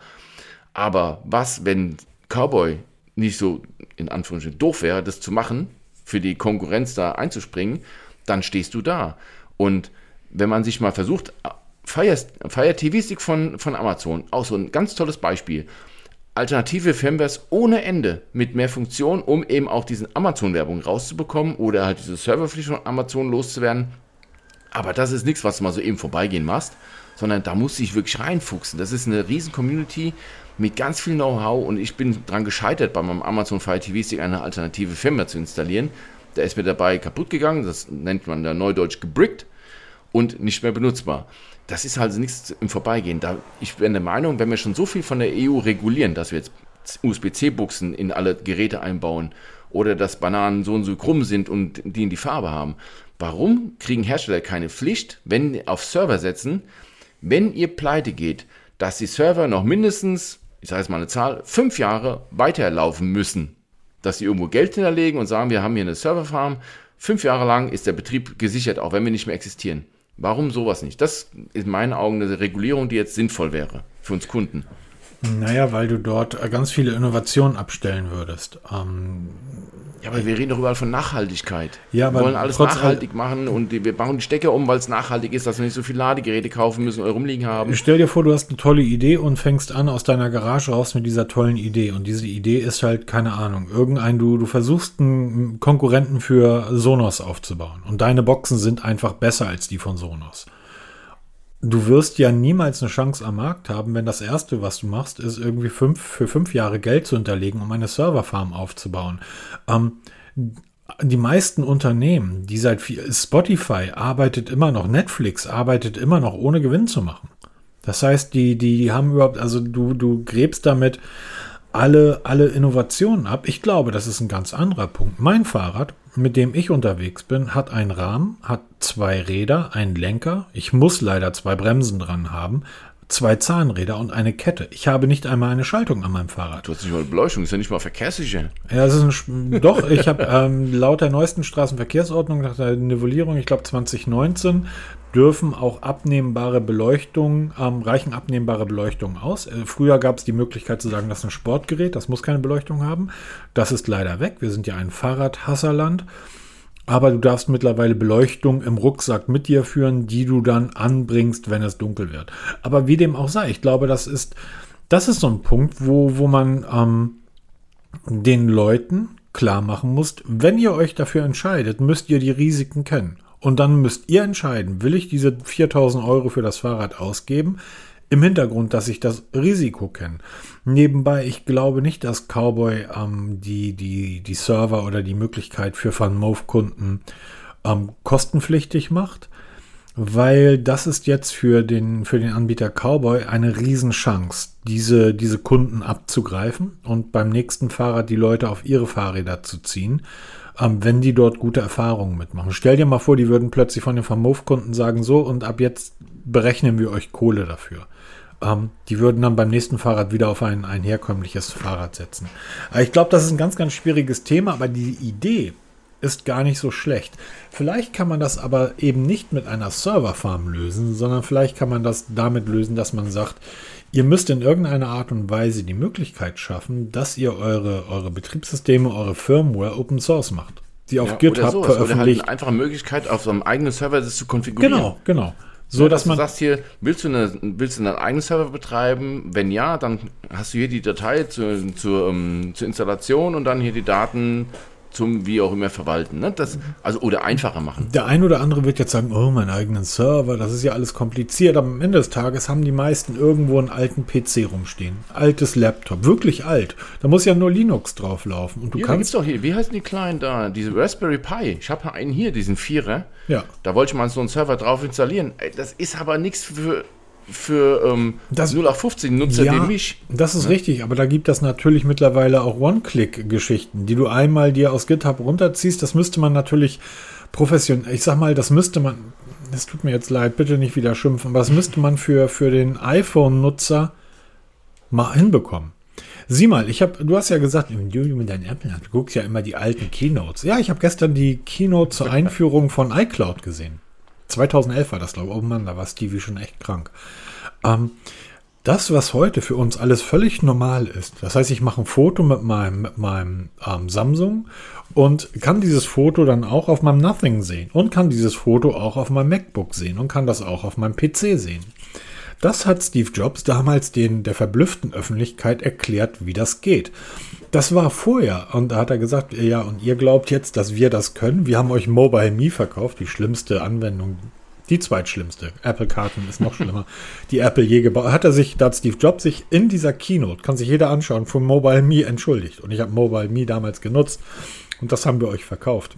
Aber was, wenn Cowboy nicht so, in Anführungsstrichen, doof wäre, das zu machen, für die Konkurrenz da einzuspringen, dann stehst du da. Und wenn man sich mal versucht, Fire, Fire T V Stick von, von Amazon, auch so ein ganz tolles Beispiel. alternative Firmwares ohne Ende mit mehr Funktionen, um eben auch diesen Amazon-Werbung rauszubekommen oder halt diese Serverpflicht von Amazon loszuwerden. Aber das ist nichts, was du mal so eben vorbeigehen machst, sondern da musst du dich wirklich reinfuchsen. Das ist eine riesen Community mit ganz viel Know-how und ich bin dran gescheitert, bei meinem Amazon Fire T V Stick eine alternative Firmware zu installieren. Der ist mir dabei kaputt gegangen, das nennt man da neudeutsch gebrickt und nicht mehr benutzbar. Das ist also nichts im Vorbeigehen. Da, ich bin der Meinung, wenn wir schon so viel von der E U regulieren, dass wir jetzt U S B C-Buchsen in alle Geräte einbauen oder dass Bananen so und so krumm sind und die in die Farbe haben, warum kriegen Hersteller keine Pflicht, wenn die auf Server setzen, wenn ihr pleite geht, dass die Server noch mindestens, ich sage jetzt mal eine Zahl, fünf Jahre weiterlaufen müssen? Dass sie irgendwo Geld hinterlegen und sagen, wir haben hier eine Serverfarm, fünf Jahre lang ist der Betrieb gesichert, auch wenn wir nicht mehr existieren. Warum sowas nicht? Das ist in meinen Augen eine Regulierung, die jetzt sinnvoll wäre für uns Kunden. Naja, weil du dort ganz viele Innovationen abstellen würdest. Ähm, ja, aber wir reden doch überall von Nachhaltigkeit. Ja, wir wollen alles trotz nachhaltig all machen und die, wir bauen die Stecker um, weil es nachhaltig ist, dass wir nicht so viele Ladegeräte kaufen müssen oder rumliegen haben. Stell dir vor, du hast eine tolle Idee und fängst an aus deiner Garage raus mit dieser tollen Idee. Und diese Idee ist halt, keine Ahnung, irgendein, du, du versuchst einen Konkurrenten für Sonos aufzubauen. Und deine Boxen sind einfach besser als die von Sonos. Du wirst ja niemals eine Chance am Markt haben, wenn das Erste, was du machst, ist irgendwie fünf, für fünf Jahre Geld zu hinterlegen, um eine Serverfarm aufzubauen. Ähm, die meisten Unternehmen, die seit viel, Spotify arbeitet immer noch, Netflix arbeitet immer noch, ohne Gewinn zu machen. Das heißt, die, die haben überhaupt, also du, du gräbst damit alle, alle Innovationen ab. Ich glaube, das ist ein ganz anderer Punkt. Mein Fahrrad, mit dem ich unterwegs bin, hat einen Rahmen, hat zwei Räder, einen Lenker. Ich muss leider zwei Bremsen dran haben, zwei Zahnräder und eine Kette. Ich habe nicht einmal eine Schaltung an meinem Fahrrad. Du hast nicht mal Beleuchtung, ist ja nicht mal verkehrssicher. Ja, es ist ein, doch, ich habe ähm, laut der neuesten Straßenverkehrsordnung, nach der Nivellierung, ich glaube zwanzig neunzehn, dürfen auch abnehmbare Beleuchtung, ähm, reichen abnehmbare Beleuchtung aus. Äh, früher gab es die Möglichkeit zu sagen, das ist ein Sportgerät, das muss keine Beleuchtung haben. Das ist leider weg. Wir sind ja ein Fahrradhasserland. Aber du darfst mittlerweile Beleuchtung im Rucksack mit dir führen, die du dann anbringst, wenn es dunkel wird. Aber wie dem auch sei, ich glaube, das ist, das ist so ein Punkt, wo, wo man ähm, den Leuten klar machen muss, wenn ihr euch dafür entscheidet, müsst ihr die Risiken kennen. Und dann müsst ihr entscheiden, will ich diese viertausend Euro für das Fahrrad ausgeben? Im Hintergrund, dass ich das Risiko kenne. Nebenbei, ich glaube nicht, dass Cowboy ähm, die, die, die Server oder die Möglichkeit für VanMoof-Kunden ähm, kostenpflichtig macht, weil das ist jetzt für den, für den Anbieter Cowboy eine Riesenchance, diese, diese Kunden abzugreifen und beim nächsten Fahrrad die Leute auf ihre Fahrräder zu ziehen, ähm, wenn die dort gute Erfahrungen mitmachen. Stell dir mal vor, die würden plötzlich von den VanMoof-Kunden sagen, so und ab jetzt berechnen wir euch Kohle dafür. Ähm, die würden dann beim nächsten Fahrrad wieder auf ein, ein herkömmliches Fahrrad setzen. Aber ich glaube, das ist ein ganz, ganz schwieriges Thema, aber die Idee ist gar nicht so schlecht. Vielleicht kann man das aber eben nicht mit einer Serverfarm lösen, sondern vielleicht kann man das damit lösen, dass man sagt, ihr müsst in irgendeiner Art und Weise die Möglichkeit schaffen, dass ihr eure, eure Betriebssysteme, eure Firmware Open Source macht. Die auf ja, GitHub oder veröffentlicht. Oder halt eine einfache Möglichkeit, auf so einem eigenen Server das zu konfigurieren. Genau, genau. So, ja, dass, dass man du sagst hier, willst du, eine, willst du einen eigenen Server betreiben? Wenn ja, dann hast du hier die Datei zu, zur, um, zur Installation und dann hier die Daten zum wie auch immer verwalten. Ne? Das, also, oder einfacher machen. Der ein oder andere wird jetzt sagen, oh, meinen eigenen Server, das ist ja alles kompliziert. Aber am Ende des Tages haben die meisten irgendwo einen alten P C rumstehen. Altes Laptop, wirklich alt. Da muss ja nur Linux drauf laufen. Und du hier, kannst doch hier, wie heißen die kleinen da? Diese Raspberry Pi. Ich habe einen hier, diesen Vierer. Ja. Da wollte ich mal so einen Server drauf installieren. Ey, das ist aber nichts für... für ähm, das, null acht fünfzehn Nutzer ja, wie mich. Das ist ja. richtig, aber da gibt es natürlich mittlerweile auch One-Click-Geschichten, die du einmal dir aus GitHub runterziehst. Das müsste man natürlich professionell, ich sag mal, das müsste man, das tut mir jetzt leid, bitte nicht wieder schimpfen, aber das müsste man für, für den iPhone-Nutzer mal hinbekommen. Sieh mal, ich habe, du hast ja gesagt, du mit deinen Apple, du guckst ja immer die alten Keynotes. Ja, ich habe gestern die Keynote zur Einführung von iCloud gesehen. zweitausendelf war das, glaube ich. Oh Mann, da war Stevie schon echt krank. Ähm, das, was heute für uns alles völlig normal ist, das heißt, ich mache ein Foto mit meinem, mit meinem ähm, Samsung und kann dieses Foto dann auch auf meinem Nothing sehen und kann dieses Foto auch auf meinem MacBook sehen und kann das auch auf meinem P C sehen. Das hat Steve Jobs damals den, der verblüfften Öffentlichkeit erklärt, wie das geht. Das war vorher. Und da hat er gesagt, ja, und ihr glaubt jetzt, dass wir das können? Wir haben euch Mobile Me verkauft, die schlimmste Anwendung, die zweitschlimmste. Apple-Karten ist noch schlimmer. Die Apple je gebaut. Hat er sich, da hat Steve Jobs sich in dieser Keynote, kann sich jeder anschauen, von Mobile Me entschuldigt. Und ich habe Mobile Me damals genutzt. Und das haben wir euch verkauft.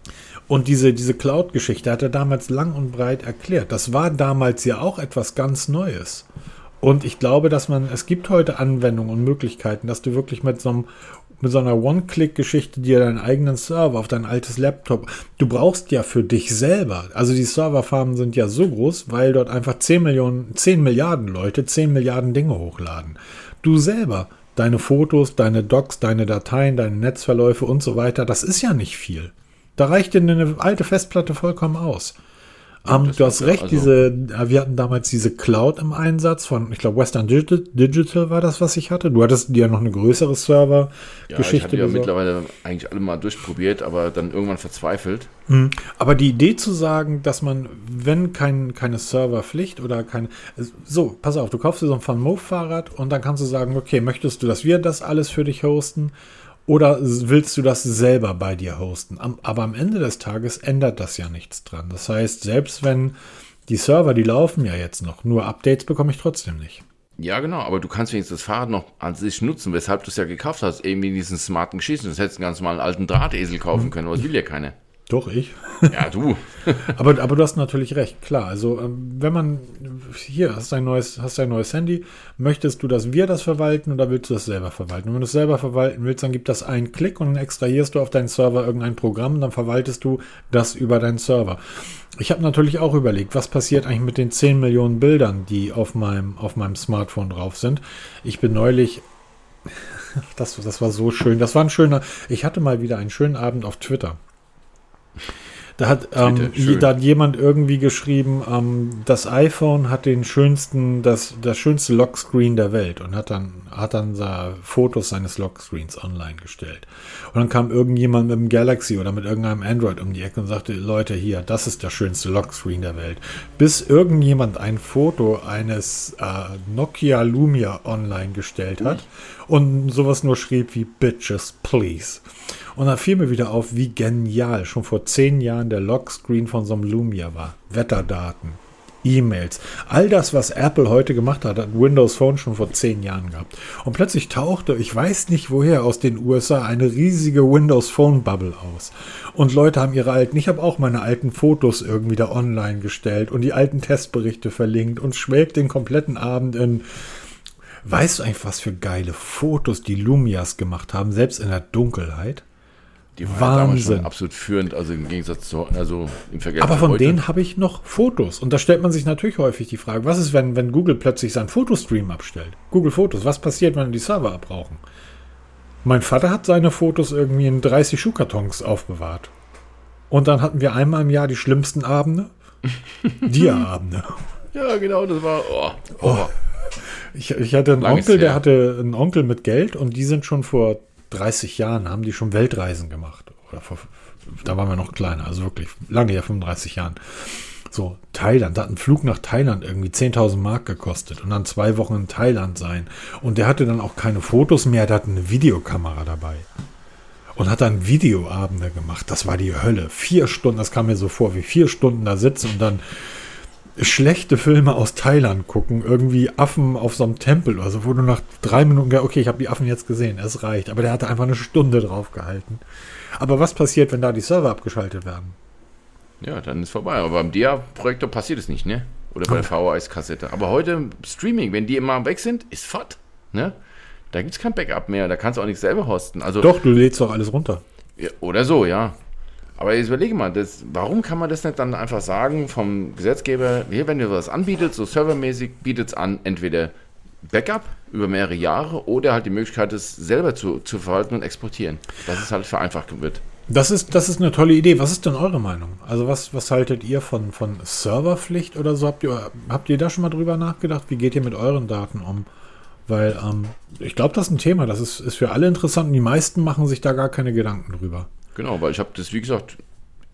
Und diese, diese Cloud-Geschichte hat er damals lang und breit erklärt. Das war damals ja auch etwas ganz Neues. Und ich glaube, dass man, es gibt heute Anwendungen und Möglichkeiten, dass du wirklich mit so einem, mit so einer One-Click-Geschichte dir deinen eigenen Server auf dein altes Laptop, du brauchst ja für dich selber, also die Serverfarmen sind ja so groß, weil dort einfach zehn Millionen, zehn Milliarden Leute zehn Milliarden Dinge hochladen. Du selber, deine Fotos, deine Docs, deine Dateien, deine Netzverläufe und so weiter, das ist ja nicht viel. Da reicht dir eine alte Festplatte vollkommen aus. Ja, um, du hast recht, also diese, wir hatten damals diese Cloud im Einsatz von, ich glaube, Western Digital war das, was ich hatte. Du hattest dir ja noch eine größere Server-Geschichte. Ja, ich hatte ja mittlerweile eigentlich alle mal durchprobiert, aber dann irgendwann verzweifelt. Mhm. Aber die Idee zu sagen, dass man, wenn kein, keine Serverpflicht oder keine, so, pass auf, du kaufst dir so ein Van Moof Fahrrad und dann kannst du sagen, okay, möchtest du, dass wir das alles für dich hosten? Oder willst du das selber bei dir hosten? Aber am Ende des Tages ändert das ja nichts dran. Das heißt, selbst wenn die Server, die laufen ja jetzt noch, nur Updates bekomme ich trotzdem nicht. Ja, genau, aber du kannst wenigstens das Fahrrad noch an sich nutzen, weshalb du es ja gekauft hast, eben in diesen smarten Geschichten. Du hättest ganz mal einen alten Drahtesel kaufen können, aber das will ja keiner. Doch, ich. Ja, du. aber, aber du hast natürlich recht, klar. Also, wenn man, hier, hast ein neues, hast ein neues Handy, möchtest du, dass wir das verwalten oder willst du das selber verwalten? Und wenn du es selber verwalten willst, dann gibt das einen Klick und dann extrahierst du auf deinen Server irgendein Programm, dann verwaltest du das über deinen Server. Ich habe natürlich auch überlegt, was passiert eigentlich mit den zehn Millionen Bildern, die auf meinem, auf meinem Smartphone drauf sind. Ich bin neulich, das, das war so schön, das war ein schöner, ich hatte mal wieder einen schönen Abend auf Twitter. Da hat, ähm, da hat jemand irgendwie geschrieben, ähm, das iPhone hat den schönsten, das, das schönste Lockscreen der Welt und hat dann, hat dann da Fotos seines Lockscreens online gestellt. Und dann kam irgendjemand mit dem Galaxy oder mit irgendeinem Android um die Ecke und sagte, Leute, hier, das ist der schönste Lockscreen der Welt. Bis irgendjemand ein Foto eines äh, Nokia Lumia online gestellt hat und sowas nur schrieb wie Bitches, please. Und dann fiel mir wieder auf, wie genial schon vor zehn Jahren der Lockscreen von so einem Lumia war. Wetterdaten, E-Mails, all das, was Apple heute gemacht hat, hat Windows Phone schon vor zehn Jahren gehabt. Und plötzlich tauchte, ich weiß nicht woher, aus den U S A eine riesige Windows Phone Bubble aus. Und Leute haben ihre alten, ich habe auch meine alten Fotos irgendwie da online gestellt und die alten Testberichte verlinkt und schwelgt den kompletten Abend in... Weißt du eigentlich, was für geile Fotos die Lumias gemacht haben, selbst in der Dunkelheit? Die war Wahnsinn. Schon absolut führend, also im Gegensatz zu, also im Vergleich Aber von heute. Denen habe ich noch Fotos. Und da stellt man sich natürlich häufig die Frage, was ist, wenn, wenn Google plötzlich seinen Fotostream abstellt? Google Fotos, was passiert, wenn die Server abbrauchen? Mein Vater hat seine Fotos irgendwie in dreißig Schuhkartons aufbewahrt. Und dann hatten wir einmal im Jahr die schlimmsten Abende. Dia-Abende. Ja, genau, das war... Oh, oh. Oh. Ich, ich hatte einen Langes Onkel, der her. hatte einen Onkel mit Geld und die sind schon vor dreißig Jahren, haben die schon Weltreisen gemacht. Oder vor, da waren wir noch kleiner, also wirklich lange her, fünfunddreißig Jahren. So, Thailand, da hat ein Flug nach Thailand irgendwie zehntausend Mark gekostet und dann zwei Wochen in Thailand sein. Und der hatte dann auch keine Fotos mehr, der hatte eine Videokamera dabei. Und hat dann Videoabende gemacht. Das war die Hölle. Vier Stunden, das kam mir so vor, wie vier Stunden da sitzen und dann schlechte Filme aus Thailand gucken, irgendwie Affen auf so einem Tempel oder so, wo du nach drei Minuten, okay, ich habe die Affen jetzt gesehen, es reicht. Aber der hatte einfach eine Stunde drauf gehalten. Aber was passiert, wenn da die Server abgeschaltet werden? Ja, dann ist vorbei. Aber beim Dia-Projektor passiert es nicht, ne? Oder bei der V H S-Kassette. Aber heute Streaming, wenn die immer weg sind, ist fort, ne? Da gibt es kein Backup mehr, da kannst du auch nichts selber hosten. Also, doch, du lädst doch alles runter. Ja, oder so, ja. Aber jetzt überlege mal, das, warum kann man das nicht dann einfach sagen vom Gesetzgeber, hier, wenn ihr was anbietet, so servermäßig, bietet es an, entweder Backup über mehrere Jahre oder halt die Möglichkeit, es selber zu, zu verwalten und exportieren, dass es halt vereinfacht wird. Das ist, das ist eine tolle Idee. Was ist denn eure Meinung? Also was, was haltet ihr von, von Serverpflicht oder so? Habt ihr, habt ihr da schon mal drüber nachgedacht? Wie geht ihr mit euren Daten um? Weil ähm, ich glaube, das ist ein Thema, das ist, ist für alle interessant und die meisten machen sich da gar keine Gedanken drüber. Genau, weil ich habe das, wie gesagt,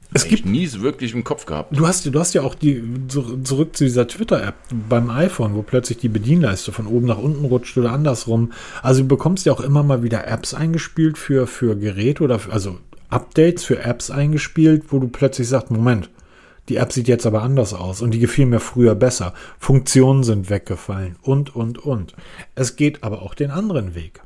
Es ich gibt nie so wirklich im Kopf gehabt. Du hast, du hast ja auch die, zurück zu dieser Twitter-App beim iPhone, wo plötzlich die Bedienleiste von oben nach unten rutscht oder andersrum. Also du bekommst ja auch immer mal wieder Apps eingespielt für, für Geräte oder für, also Updates für Apps eingespielt, wo du plötzlich sagst, Moment, die App sieht jetzt aber anders aus und die gefiel mir früher besser. Funktionen sind weggefallen und, und, und. Es geht aber auch den anderen Weg.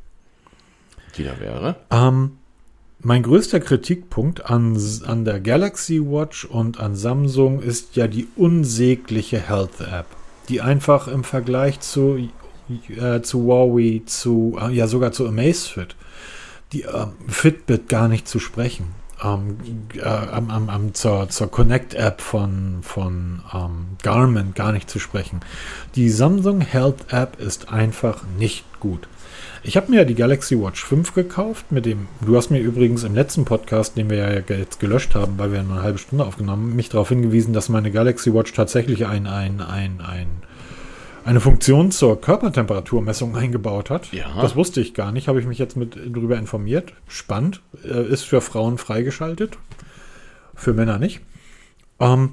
Die da wäre? Ähm, Mein größter Kritikpunkt an, an der Galaxy Watch und an Samsung ist ja die unsägliche Health App, die einfach im Vergleich zu, äh, zu Huawei, zu, äh, ja sogar zu Amazfit, die äh, Fitbit gar nicht zu sprechen, ähm, äh, am, am, am, zur, zur Connect App von, von ähm, Garmin gar nicht zu sprechen. Die Samsung Health App ist einfach nicht gut. Ich habe mir ja die Galaxy Watch fünf gekauft, mit dem, du hast mir übrigens im letzten Podcast, den wir ja jetzt gelöscht haben, weil wir ja nur eine halbe Stunde aufgenommen haben, mich darauf hingewiesen, dass meine Galaxy Watch tatsächlich ein, ein, ein, ein, eine Funktion zur Körpertemperaturmessung eingebaut hat. Ja. Das wusste ich gar nicht, habe ich mich jetzt mit darüber informiert. Spannend, äh, ist für Frauen freigeschaltet, für Männer nicht. Ähm,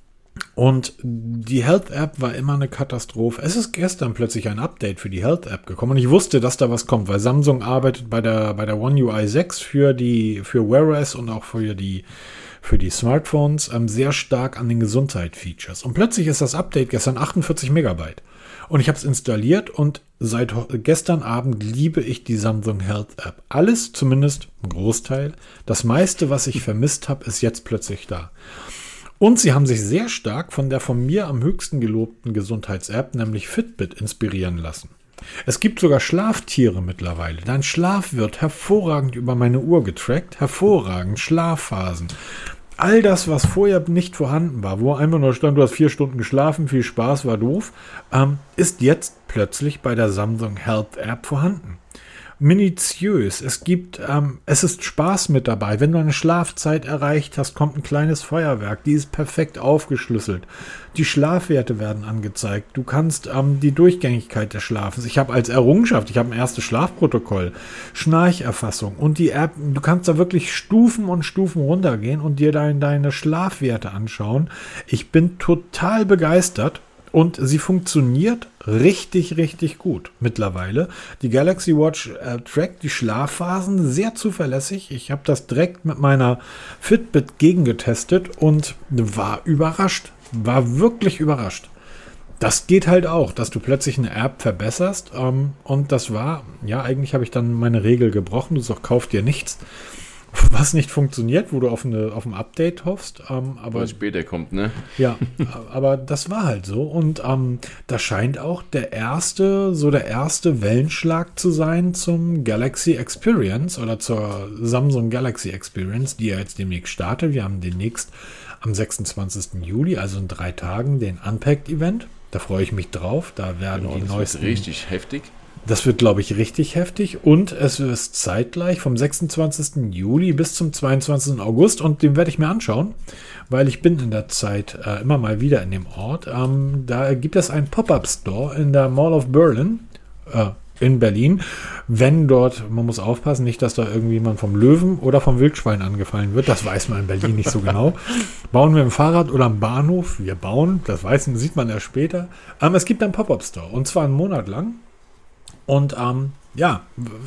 Und die Health-App war immer eine Katastrophe. Es ist gestern plötzlich ein Update für die Health-App gekommen und ich wusste, dass da was kommt, weil Samsung arbeitet bei der, bei der One U I sechs für die, für Wear O S und auch für die, für die Smartphones ähm, sehr stark an den Gesundheit-Features. Und plötzlich ist das Update gestern achtundvierzig Megabyte. Und ich habe es installiert und seit gestern Abend liebe ich die Samsung Health App. Alles, zumindest ein Großteil. Das meiste, was ich vermisst habe, ist jetzt plötzlich da. Und sie haben sich sehr stark von der von mir am höchsten gelobten Gesundheits-App, nämlich Fitbit, inspirieren lassen. Es gibt sogar Schlaftiere mittlerweile. Dein Schlaf wird hervorragend über meine Uhr getrackt. Hervorragend. Schlafphasen. All das, was vorher nicht vorhanden war, wo einfach nur stand, du hast vier Stunden geschlafen, viel Spaß, war doof, ähm, ist jetzt plötzlich bei der Samsung Health App vorhanden. Minutiös. Es gibt, ähm, es ist Spaß mit dabei. Wenn du eine Schlafzeit erreicht hast, kommt ein kleines Feuerwerk. Die ist perfekt aufgeschlüsselt. Die Schlafwerte werden angezeigt. Du kannst ähm, die Durchgängigkeit des Schlafens. Ich habe als Errungenschaft, ich habe ein erstes Schlafprotokoll, Schnarcherfassung und die App. Du kannst da wirklich Stufen und Stufen runtergehen und dir dein, deine Schlafwerte anschauen. Ich bin total begeistert. Und sie funktioniert richtig, richtig gut mittlerweile. Die Galaxy Watch äh, trackt die Schlafphasen sehr zuverlässig. Ich habe das direkt mit meiner Fitbit gegengetestet und war überrascht. War wirklich überrascht. Das geht halt auch, dass du plötzlich eine App verbesserst. Ähm, und das war, ja, eigentlich habe ich dann meine Regel gebrochen. Du sagst, kauf dir nichts, was nicht funktioniert, wo du auf, eine, auf ein Update hoffst. Ähm, aber was später kommt, ne? Ja, aber das war halt so. Und ähm, das scheint auch der erste, so der erste Wellenschlag zu sein zum Galaxy Experience oder zur Samsung Galaxy Experience, die ja jetzt demnächst startet. Wir haben demnächst am sechsundzwanzigsten Juli, also in drei Tagen, den Unpacked-Event. Da freue ich mich drauf. Da werden Genau, die das neuesten... wird richtig heftig. Das wird, glaube ich, richtig heftig und es ist zeitgleich vom sechsundzwanzigsten Juli bis zum zweiundzwanzigsten August und den werde ich mir anschauen, weil ich bin in der Zeit äh, immer mal wieder in dem Ort. Ähm, da gibt es einen Pop-Up-Store in der Mall of Berlin äh, in Berlin. Wenn dort, man muss aufpassen, nicht, dass da irgendjemand vom Löwen oder vom Wildschwein angefallen wird, das weiß man in Berlin nicht so genau. Bauen wir im Fahrrad oder am Bahnhof? Wir bauen, das weiß, sieht man erst später. Ähm, es gibt einen Pop-Up-Store und zwar einen Monat lang. Und ähm, ja,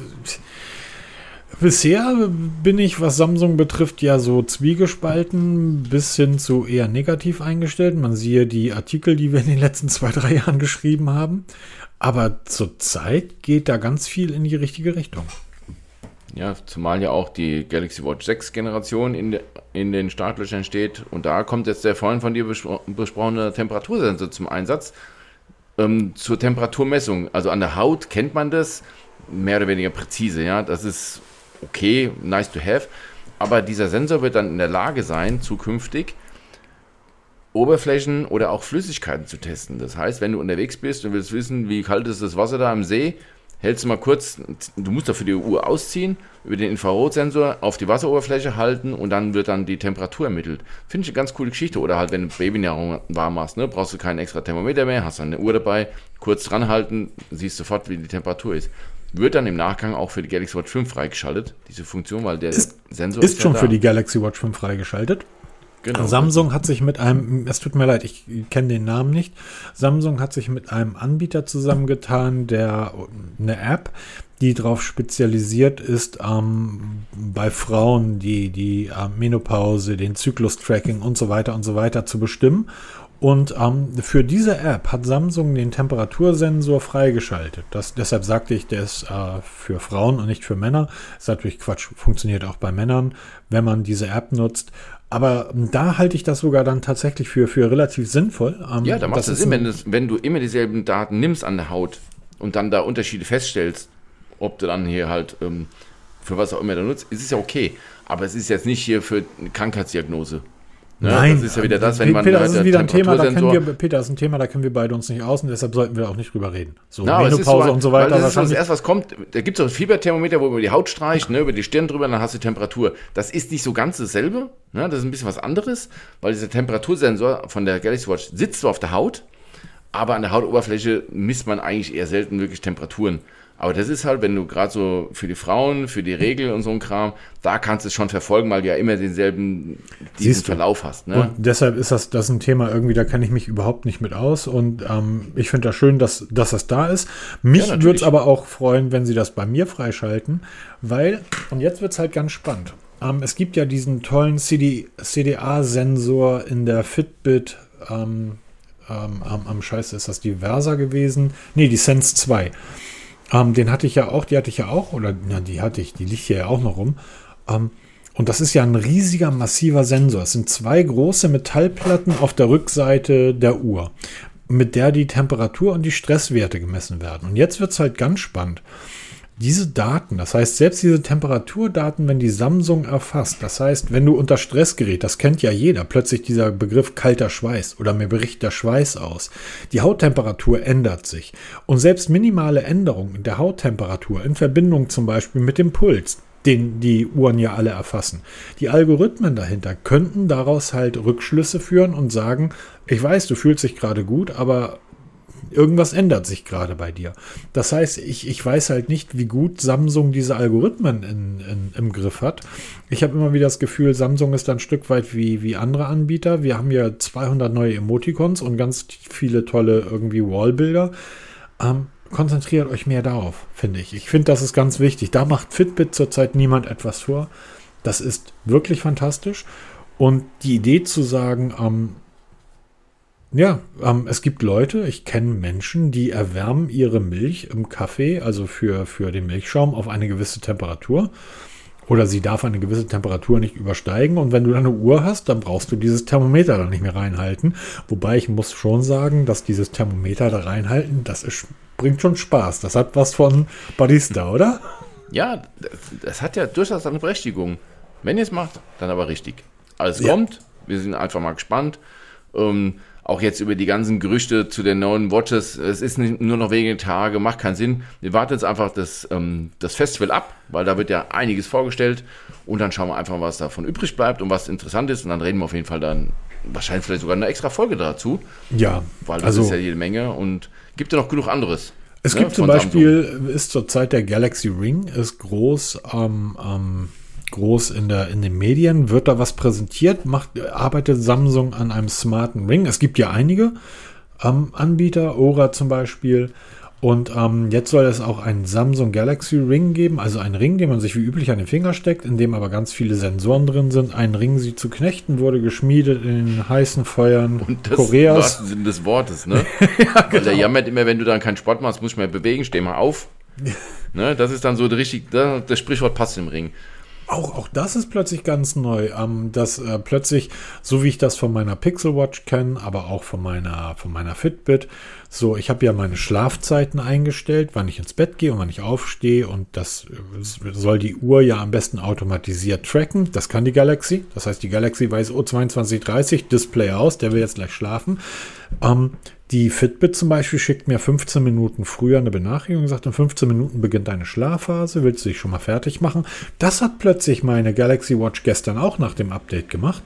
bisher bin ich, was Samsung betrifft, ja so zwiegespalten bis hin zu eher negativ eingestellt. Man siehe die Artikel, die wir in den letzten zwei, drei Jahren geschrieben haben. Aber zurzeit geht da ganz viel in die richtige Richtung. Ja, zumal ja auch die Galaxy Watch sechs Generation in, de, in den Startlöchern steht. Und da kommt jetzt der vorhin von dir bespro- besprochene Temperatursensor zum Einsatz. Ähm, zur Temperaturmessung, also an der Haut kennt man das, mehr oder weniger präzise, ja, das ist okay, nice to have, aber dieser Sensor wird dann in der Lage sein, zukünftig Oberflächen oder auch Flüssigkeiten zu testen. Das heißt, wenn du unterwegs bist und willst wissen, wie kalt ist das Wasser da im See, hältst du mal kurz, du musst dafür die Uhr ausziehen, über den Infrarotsensor auf die Wasseroberfläche halten und dann wird dann die Temperatur ermittelt. Finde ich eine ganz coole Geschichte. Oder halt, wenn du Babynahrung warm machst, ne, brauchst du kein extra Thermometer mehr, hast dann eine Uhr dabei, kurz dran halten, siehst sofort, wie die Temperatur ist. Wird dann im Nachgang auch für die Galaxy Watch fünf freigeschaltet, diese Funktion, weil der ist, Sensor ist, ist ja schon da. für die Galaxy Watch fünf freigeschaltet. Genau. Samsung hat sich mit einem, es tut mir leid, ich kenne den Namen nicht, Samsung hat sich mit einem Anbieter zusammengetan, der eine App, die darauf spezialisiert ist, ähm, bei Frauen die, die äh, Menopause, den Zyklus-Tracking und so weiter und so weiter zu bestimmen. Und ähm, für diese App hat Samsung den Temperatursensor freigeschaltet. Das, deshalb sagte ich, der ist äh, für Frauen und nicht für Männer. Das ist natürlich Quatsch, funktioniert auch bei Männern, wenn man diese App nutzt. Aber da halte ich das sogar dann tatsächlich für, für relativ sinnvoll. Ähm, ja, da macht das es Sinn, wenn, das, wenn du immer dieselben Daten nimmst an der Haut und dann da Unterschiede feststellst, ob du dann hier halt ähm, für was auch immer du nutzt, ist es ja okay. Aber es ist jetzt nicht hier für eine Krankheitsdiagnose. Ne? Nein, das ist ja wieder das, wenn man Peter, das ist wieder ein Thema, da kennen Temperatursensor- wir, Peter, das ist ein Thema, da kennen wir beide uns nicht aus und deshalb sollten wir auch nicht drüber reden. So, Na, aber es ist Menopause so, und so weiter. weil das ist so das wahrscheinlich. erste, was kommt. Da gibt es auch ein Fieberthermometer, wo man über die Haut streicht, ne, über die Stirn drüber, dann hast du Temperatur. Das ist nicht so ganz dasselbe. Ne, das ist ein bisschen was anderes, weil dieser Temperatursensor von der Galaxy Watch sitzt zwar auf der Haut, aber an der Hautoberfläche misst man eigentlich eher selten wirklich Temperaturen. Aber das ist halt, wenn du gerade so für die Frauen, für die Regel und so ein Kram, da kannst du es schon verfolgen, weil du ja immer denselben diesen Verlauf hast. Ne? Und deshalb ist das, das ein Thema irgendwie, da kenne ich mich überhaupt nicht mit aus. Und ähm, ich finde das schön, dass, dass das da ist. Mich Ja, würde es aber auch freuen, wenn sie das bei mir freischalten, weil, und jetzt wird es halt ganz spannend. Ähm, es gibt ja diesen tollen C D A-Sensor in der Fitbit, ähm, ähm, am, am Scheiße, ist das die Versa gewesen? Nee, die Sense zwei. Ähm, den hatte ich ja auch, die hatte ich ja auch, oder na, die hatte ich, die liegt hier ja auch noch rum. Ähm, und das ist ja ein riesiger, massiver Sensor. Es sind zwei große Metallplatten auf der Rückseite der Uhr, mit der die Temperatur und die Stresswerte gemessen werden. Und jetzt wird es halt ganz spannend. Diese Daten, das heißt, selbst diese Temperaturdaten, wenn die Samsung erfasst, das heißt, wenn du unter Stress gerät, das kennt ja jeder, plötzlich dieser Begriff kalter Schweiß oder mir bricht der Schweiß aus. Die Hauttemperatur ändert sich. Und selbst minimale Änderungen der Hauttemperatur in Verbindung zum Beispiel mit dem Puls, den die Uhren ja alle erfassen. Die Algorithmen dahinter könnten daraus halt Rückschlüsse führen und sagen, ich weiß, du fühlst dich gerade gut, aber irgendwas ändert sich gerade bei dir. Das heißt, ich, ich weiß halt nicht, wie gut Samsung diese Algorithmen in, in, im Griff hat. Ich habe immer wieder das Gefühl, Samsung ist ein Stück weit wie, wie andere Anbieter. Wir haben ja zweihundert neue Emoticons und ganz viele tolle irgendwie Wallbilder. Ähm, konzentriert euch mehr darauf, finde ich. Ich finde, das ist ganz wichtig. Da macht Fitbit zurzeit niemand etwas vor. Das ist wirklich fantastisch. Und die Idee zu sagen, ähm, Ja, ähm, es gibt Leute, ich kenne Menschen, die erwärmen ihre Milch im Kaffee, also für, für den Milchschaum, auf eine gewisse Temperatur. Oder sie darf eine gewisse Temperatur nicht übersteigen. Und wenn du dann eine Uhr hast, dann brauchst du dieses Thermometer da nicht mehr reinhalten. Wobei ich muss schon sagen, dass dieses Thermometer da reinhalten, das ist, bringt schon Spaß. Das hat was von Barista, oder? Ja, das, das hat ja durchaus eine Berechtigung. Wenn ihr es macht, dann aber richtig. Alles Ja. kommt, wir sind einfach mal gespannt. Ähm, auch jetzt über die ganzen Gerüchte zu den neuen Watches, es ist nicht, nur noch wenige Tage, macht keinen Sinn. Wir warten jetzt einfach das, ähm, das Festival ab, weil da wird ja einiges vorgestellt und dann schauen wir einfach, was davon übrig bleibt und was interessant ist und dann reden wir auf jeden Fall dann wahrscheinlich vielleicht sogar eine extra Folge dazu, Ja, weil das also ist ja jede Menge und gibt ja noch genug anderes. es ne, gibt zum von Beispiel, ist zurzeit der Galaxy Ring, ist groß, ähm, ähm, groß in der in den Medien, wird da was präsentiert, macht, arbeitet Samsung an einem smarten Ring. Es gibt ja einige ähm, Anbieter, Oura zum Beispiel. Und ähm, jetzt soll es auch einen Samsung Galaxy Ring geben, also einen Ring, den man sich wie üblich an den Finger steckt, in dem aber ganz viele Sensoren drin sind. Ein Ring, sie zu knechten, wurde geschmiedet in den heißen Feuern Und das Koreas. im wahrsten Sinne des Wortes, ne? ja, genau. Weil der jammert immer, wenn du dann keinen Sport machst, musst du mehr bewegen, steh mal auf. ne? Das ist dann so der richtig, das, das Sprichwort passt im Ring. Auch, auch das ist plötzlich ganz neu, ähm, dass äh, plötzlich, so wie ich das von meiner Pixel Watch kenne, aber auch von meiner, von meiner Fitbit, so, ich habe ja meine Schlafzeiten eingestellt, wann ich ins Bett gehe und wann ich aufstehe und das äh, soll die Uhr ja am besten automatisiert tracken, das kann die Galaxy, das heißt, die Galaxy weiß, oh, zweiundzwanzig Uhr dreißig, Display aus, der will jetzt gleich schlafen. Ähm, Die Fitbit zum Beispiel schickt mir fünfzehn Minuten früher eine Benachrichtigung und sagt, in fünfzehn Minuten beginnt deine Schlafphase, willst du dich schon mal fertig machen? Das hat plötzlich meine Galaxy Watch gestern auch nach dem Update gemacht.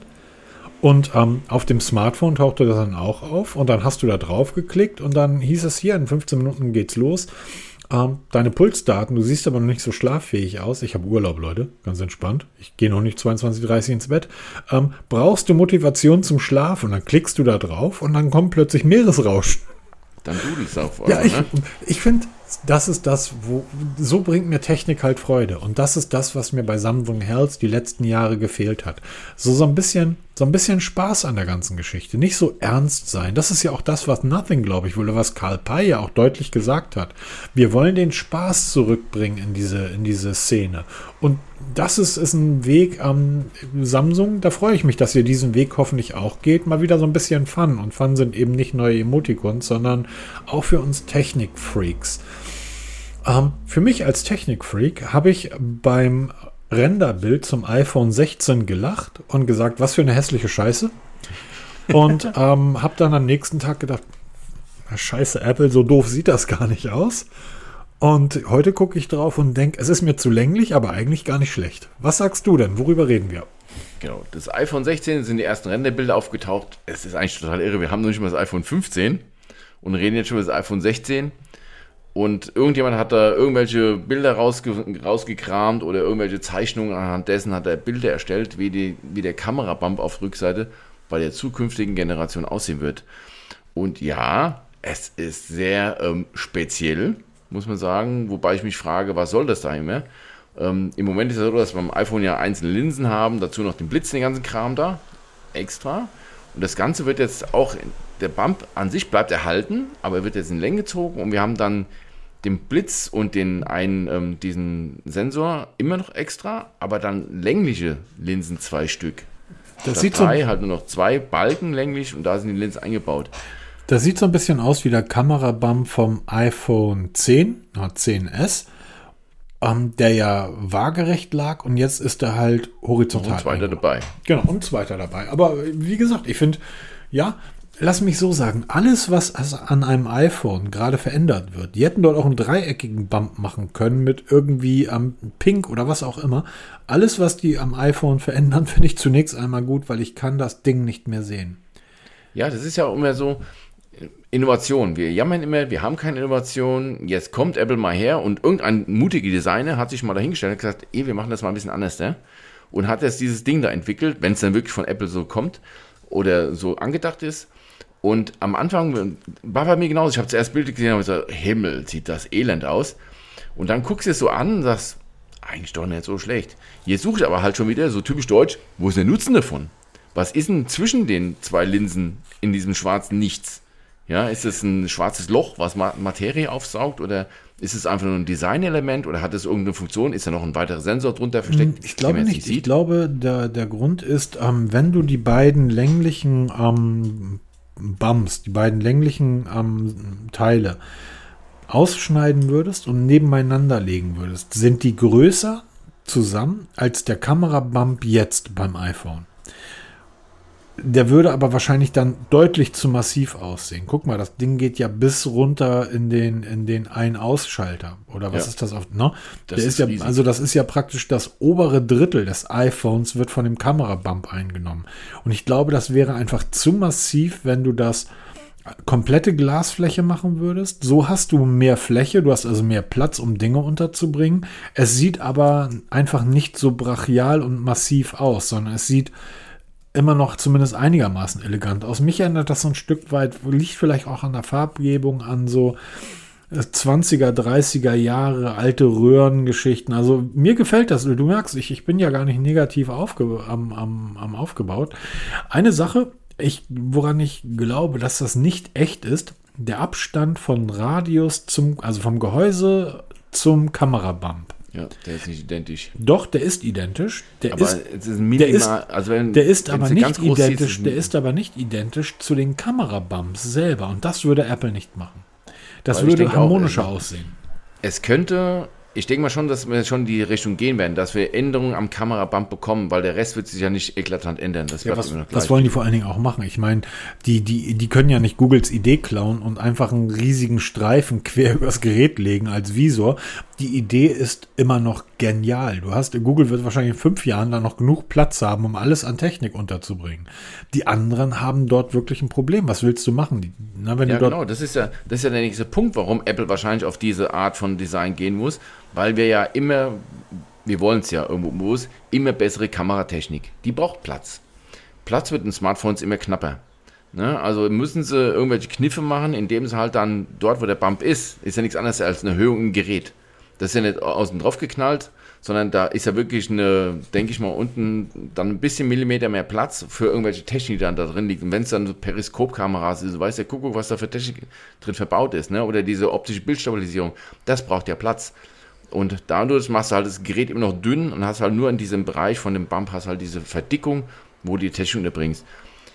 Und ähm, auf dem Smartphone tauchte das dann auch auf und dann hast du da drauf geklickt und dann hieß es hier, in fünfzehn Minuten geht's los. Ähm, deine Pulsdaten, du siehst aber noch nicht so schlaffähig aus. Ich habe Urlaub, Leute, ganz entspannt. Ich gehe noch nicht zweiundzwanzig Uhr dreißig ins Bett. Ähm, brauchst du Motivation zum Schlaf? Und dann klickst du da drauf und dann kommt plötzlich Meeresrauschen. Dann dudelst du auf Ja, ich, ne? ich finde, das ist das, wo, so bringt mir Technik halt Freude. Und das ist das, was mir bei Samsung Health die letzten Jahre gefehlt hat. So, so ein bisschen, so ein bisschen Spaß an der ganzen Geschichte. Nicht so ernst sein. Das ist ja auch das, was Nothing, glaube ich, oder was Carl Pei ja auch deutlich gesagt hat. Wir wollen den Spaß zurückbringen in diese, in diese Szene. Und das ist, ist ein Weg am ähm, Samsung. Da freue ich mich, dass ihr diesen Weg hoffentlich auch geht. Mal wieder so ein bisschen Fun. Und Fun sind eben nicht neue Emoticons, sondern auch für uns Technikfreaks. Ähm, für mich als Technikfreak habe ich beim Renderbild zum iPhone sechzehn gelacht und gesagt, was für eine hässliche Scheiße. Und ähm, habe dann am nächsten Tag gedacht, scheiße, Apple, so doof sieht das gar nicht aus. Und heute gucke ich drauf und denke, es ist mir zu länglich, aber eigentlich gar nicht schlecht. Was sagst du denn? Worüber reden wir? Genau, das iPhone sechzehn sind die ersten Renderbilder aufgetaucht. Es ist eigentlich total irre. Wir haben noch nicht mal das iPhone fünfzehn und reden jetzt schon über das iPhone sechzehn. Und irgendjemand hat da irgendwelche Bilder rausge rausgekramt oder irgendwelche Zeichnungen. Anhand dessen hat er Bilder erstellt, wie, die, wie der Kamerabump auf Rückseite bei der zukünftigen Generation aussehen wird. Und ja, es ist sehr ähm, speziell, muss man sagen. Wobei ich mich frage, was soll das da immer? Ähm, Im Moment ist es so, dass wir beim iPhone ja einzelne Linsen haben, dazu noch den Blitz, den ganzen Kram da, extra. Und das Ganze wird jetzt auch, der Bump an sich bleibt erhalten, aber er wird jetzt in Länge gezogen und wir haben dann den Blitz und den einen, ähm, diesen Sensor immer noch extra, aber dann längliche Linsen, zwei Stück. Das Statt sieht drei, so, halt nur noch zwei Balken länglich und da sind die Linsen eingebaut. das sieht so ein bisschen aus wie der Kamerabump vom iPhone zehn, zehn S, ähm, der ja waagerecht lag und jetzt ist er halt horizontal. Und zweiter dabei. Genau, und zweiter dabei. Aber wie gesagt, ich finde, ja, lass mich so sagen, alles, was an einem iPhone gerade verändert wird, die hätten dort auch einen dreieckigen Bump machen können mit irgendwie am ähm, Pink oder was auch immer. Alles, was die am iPhone verändern, finde ich zunächst einmal gut, weil ich kann das Ding nicht mehr sehen. Ja, das ist ja auch immer so Innovation. Wir jammern immer, wir haben keine Innovation. Jetzt kommt Apple mal her und irgendein mutiger Designer hat sich mal dahingestellt und gesagt, ey, wir machen das mal ein bisschen anders, ne? Und hat jetzt dieses Ding da entwickelt, wenn es dann wirklich von Apple so kommt oder so angedacht ist. Und am Anfang war bei mir genauso. Ich habe zuerst Bilder gesehen und gesagt, Himmel, sieht das elend aus. Und dann guckst du es so an und sagst, eigentlich doch nicht so schlecht. Jetzt suche ich aber halt schon wieder, so typisch deutsch, wo ist der Nutzen davon? Was ist denn zwischen den zwei Linsen in diesem schwarzen Nichts? Ja, ist es ein schwarzes Loch, was Materie aufsaugt, oder ist es einfach nur ein Designelement oder hat es irgendeine Funktion? Ist da noch ein weiterer Sensor drunter versteckt? Ich glaube nicht. Ich glaube, der, der Grund ist, ähm, wenn du die beiden länglichen ähm, Bumps, die beiden länglichen ähm, Teile ausschneiden würdest und nebeneinander legen würdest, sind die größer zusammen als der Kamerabump jetzt beim iPhone. Der würde aber wahrscheinlich dann deutlich zu massiv aussehen. Guck mal, das Ding geht ja bis runter in den, in den Ein-Aus-Schalter. Oder was ja. ist das auf, ne? Das Der ist ist ja, also das ist ja praktisch das obere Drittel des iPhones wird von dem Kamerabump eingenommen. Und ich glaube, das wäre einfach zu massiv, wenn du das komplette Glasfläche machen würdest. So hast du mehr Fläche, du hast also mehr Platz, um Dinge unterzubringen. Es sieht aber einfach nicht so brachial und massiv aus, sondern es sieht immer noch zumindest einigermaßen elegant aus. Mich erinnert das so ein Stück weit, liegt vielleicht auch an der Farbgebung, an so zwanziger, dreißiger Jahre alte Röhrengeschichten. Also mir gefällt das. Du merkst, ich, ich bin ja gar nicht negativ aufge, am, am, am aufgebaut. Eine Sache, ich, woran ich glaube, dass das nicht echt ist, der Abstand von Radius zum, also vom Gehäuse zum Kamerabump. Ja, der ist nicht identisch. Doch, der ist identisch. Der aber ist, es ist minimal, der ist, also wenn, der ist aber nicht identisch. Siehst, der ist aber nicht identisch zu den Kamerabumps selber. Und das würde Apple nicht machen. Das würde harmonischer auch, aussehen. Es könnte, ich denke mal schon, dass wir schon in die Richtung gehen werden, dass wir Änderungen am Kamerabump bekommen, weil der Rest wird sich ja nicht eklatant ändern. Das ja, was, immer noch gleich. Was wollen die vor allen Dingen auch machen? Ich meine, die, die, die können ja nicht Googles Idee klauen und einfach einen riesigen Streifen quer übers Gerät legen als Visor. Die Idee ist immer noch genial. Du hast, Google wird wahrscheinlich in fünf Jahren dann noch genug Platz haben, um alles an Technik unterzubringen. Die anderen haben dort wirklich ein Problem. Was willst du machen? Die, na, wenn ja, du dort genau. Das ist ja, das ist ja der nächste Punkt, warum Apple wahrscheinlich auf diese Art von Design gehen muss, weil wir ja immer, wir wollen es ja irgendwo muss, immer bessere Kameratechnik. Die braucht Platz. Platz wird in Smartphones immer knapper. Ne? Also müssen sie irgendwelche Kniffe machen, indem sie halt dann dort, wo der Bump ist, ist ja nichts anderes als eine Erhöhung im Gerät. Das ist ja nicht außen drauf geknallt, sondern da ist ja wirklich eine, denke ich mal, unten dann ein bisschen Millimeter mehr Platz für irgendwelche Technik, die dann da drin liegt. Und wenn es dann so Periskopkameras ist, weiß der Kuckuck, was da für Technik drin verbaut ist, ne? Oder diese optische Bildstabilisierung, das braucht ja Platz. Und dadurch machst du halt das Gerät immer noch dünn und hast halt nur in diesem Bereich von dem Bump hast halt diese Verdickung, wo du die Technik unterbringst.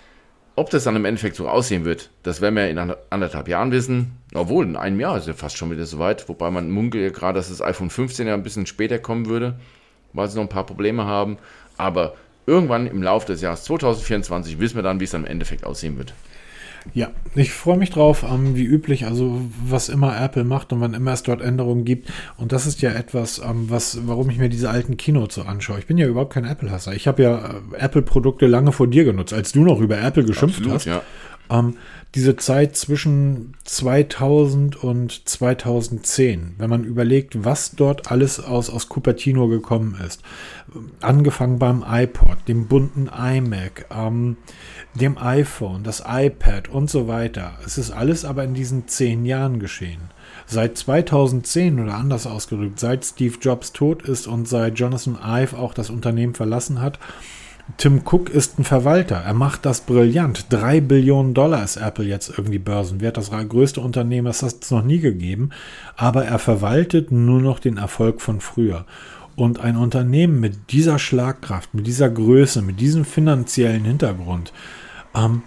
Ob das dann im Endeffekt so aussehen wird, das werden wir in anderthalb Jahren wissen. Obwohl, in einem Jahr ist ja fast schon wieder soweit. Wobei man munkelt ja gerade, dass das iPhone fünfzehn ja ein bisschen später kommen würde, weil sie noch ein paar Probleme haben. Aber irgendwann im Laufe des Jahres zwanzig vierundzwanzig wissen wir dann, wie es dann im Endeffekt aussehen wird. Ja, ich freue mich drauf, ähm, wie üblich, also was immer Apple macht und wann immer es dort Änderungen gibt. Und das ist ja etwas, ähm, was, warum ich mir diese alten Keynotes so anschaue. Ich bin ja überhaupt kein Apple-Hasser. Ich habe ja äh, Apple-Produkte lange vor dir genutzt, als du noch über Apple geschimpft Absolut, hast. Ja. Ähm, diese Zeit zwischen zweitausend und zweitausendzehn, wenn man überlegt, was dort alles aus, aus Cupertino gekommen ist. Angefangen beim iPod, dem bunten iMac, ähm, dem iPhone, das iPad und so weiter. Es ist alles aber in diesen zehn Jahren geschehen. Seit zweitausendzehn oder anders ausgedrückt, seit Steve Jobs tot ist und seit Jonathan Ive auch das Unternehmen verlassen hat, Tim Cook ist ein Verwalter. Er macht das brillant. Drei Billionen Dollar ist Apple jetzt irgendwie börsenwert. Das größte Unternehmen, das hat es noch nie gegeben. Aber er verwaltet nur noch den Erfolg von früher. Und ein Unternehmen mit dieser Schlagkraft, mit dieser Größe, mit diesem finanziellen Hintergrund, ähm,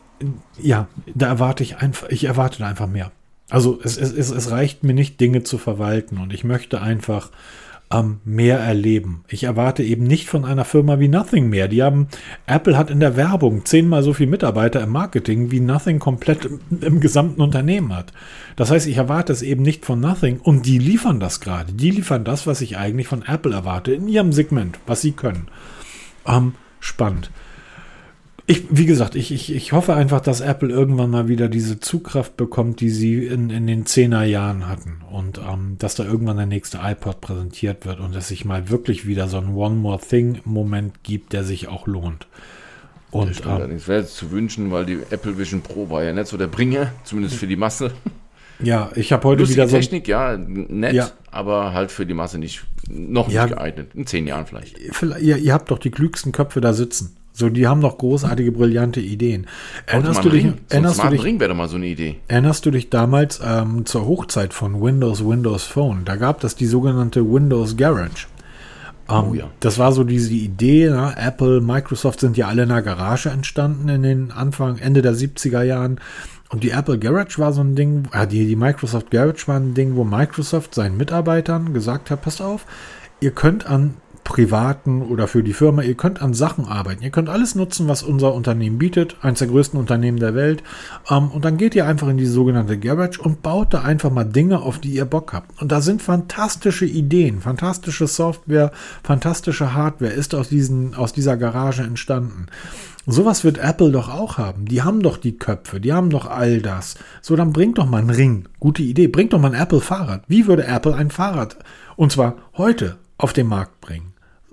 ja, da erwarte ich einfach, ich erwarte da einfach mehr. Also es, es, es reicht mir nicht, Dinge zu verwalten. Und ich möchte einfach ähm, mehr erleben. Ich erwarte eben nicht von einer Firma wie Nothing mehr. Die haben, Apple hat in der Werbung zehnmal so viele Mitarbeiter im Marketing, wie Nothing komplett im, im gesamten Unternehmen hat. Das heißt, ich erwarte es eben nicht von Nothing und die liefern das gerade. Die liefern das, was ich eigentlich von Apple erwarte, in ihrem Segment, was sie können. Ähm, spannend. Ich, wie gesagt, ich, ich, ich hoffe einfach, dass Apple irgendwann mal wieder diese Zugkraft bekommt, die sie in, in den zehner Jahren hatten. Und ähm, dass da irgendwann der nächste iPod präsentiert wird und es sich mal wirklich wieder so ein One More Thing-Moment gibt, der sich auch lohnt. Und ähm, das wäre zu wünschen, weil die Apple Vision Pro war ja nicht so der Bringer, zumindest für die Masse. Ja, ich habe heute Lustige wieder so Technik, ja, nett, ja. Aber halt für die Masse nicht, noch ja, nicht geeignet. In zehn Jahren vielleicht. vielleicht ihr, ihr habt doch die klügsten Köpfe da sitzen. So, die haben doch großartige, brillante Ideen. Erinnerst du dich, Ring. erinnerst so ein du dich, Ring wäre doch mal so eine Idee. Erinnerst du dich damals ähm, zur Hochzeit von Windows, Windows Phone? Da gab es die sogenannte Windows Garage. Ähm, oh ja. Das war so diese Idee, na, Apple, Microsoft sind ja alle in der Garage entstanden in den Anfang, Ende der siebziger Jahren. Und die Apple Garage war so ein Ding, äh, die, die Microsoft Garage war ein Ding, wo Microsoft seinen Mitarbeitern gesagt hat, passt auf, ihr könnt an privaten oder für die Firma, ihr könnt an Sachen arbeiten. Ihr könnt alles nutzen, was unser Unternehmen bietet, eines der größten Unternehmen der Welt. Ähm, und dann geht ihr einfach in die sogenannte Garage und baut da einfach mal Dinge, auf die ihr Bock habt. Und da sind fantastische Ideen, fantastische Software, fantastische Hardware ist aus, diesen, aus dieser Garage entstanden. Sowas wird Apple doch auch haben. Die haben doch die Köpfe, die haben doch all das. So, dann bringt doch mal einen Ring. Gute Idee. Bringt doch mal ein Apple-Fahrrad. Wie würde Apple ein Fahrrad, und zwar heute, auf den Markt bringen?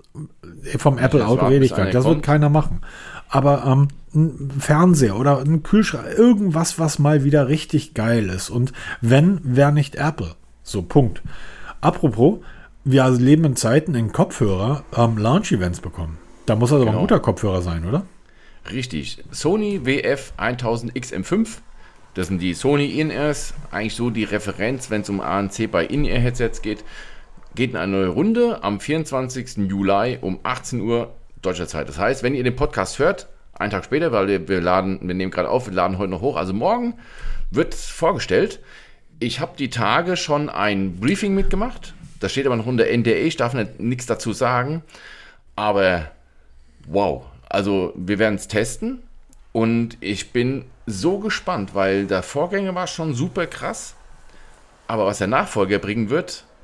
Vom Apple-Auto rede ich gar nicht. Das wird keiner machen. Aber ähm, ein Fernseher oder ein Kühlschrank, irgendwas, was mal wieder richtig geil ist. Und wenn, wäre nicht Apple. So, Punkt. Apropos, wir leben in Zeiten, in Kopfhörer ähm, Launch-Events bekommen. Da muss also genau. ein guter Kopfhörer sein, oder? Richtig. Sony W F tausend X M fünf. Das sind die Sony In-Ears. Eigentlich so die Referenz, wenn es um A N C bei In-Ear-Headsets geht. Geht in eine neue Runde am vierundzwanzigsten Juli um achtzehn Uhr deutscher Zeit. Das heißt, wenn ihr den Podcast hört, einen Tag später, weil wir, wir laden, wir nehmen gerade auf, wir laden heute noch hoch, also morgen wird vorgestellt. Ich habe die Tage schon ein Briefing mitgemacht. Da steht aber noch unter N D A, ich darf nicht, nichts dazu sagen. Aber wow, also wir werden es testen und ich bin so gespannt, weil der Vorgänger war schon super krass. Aber was der Nachfolger bringen wird,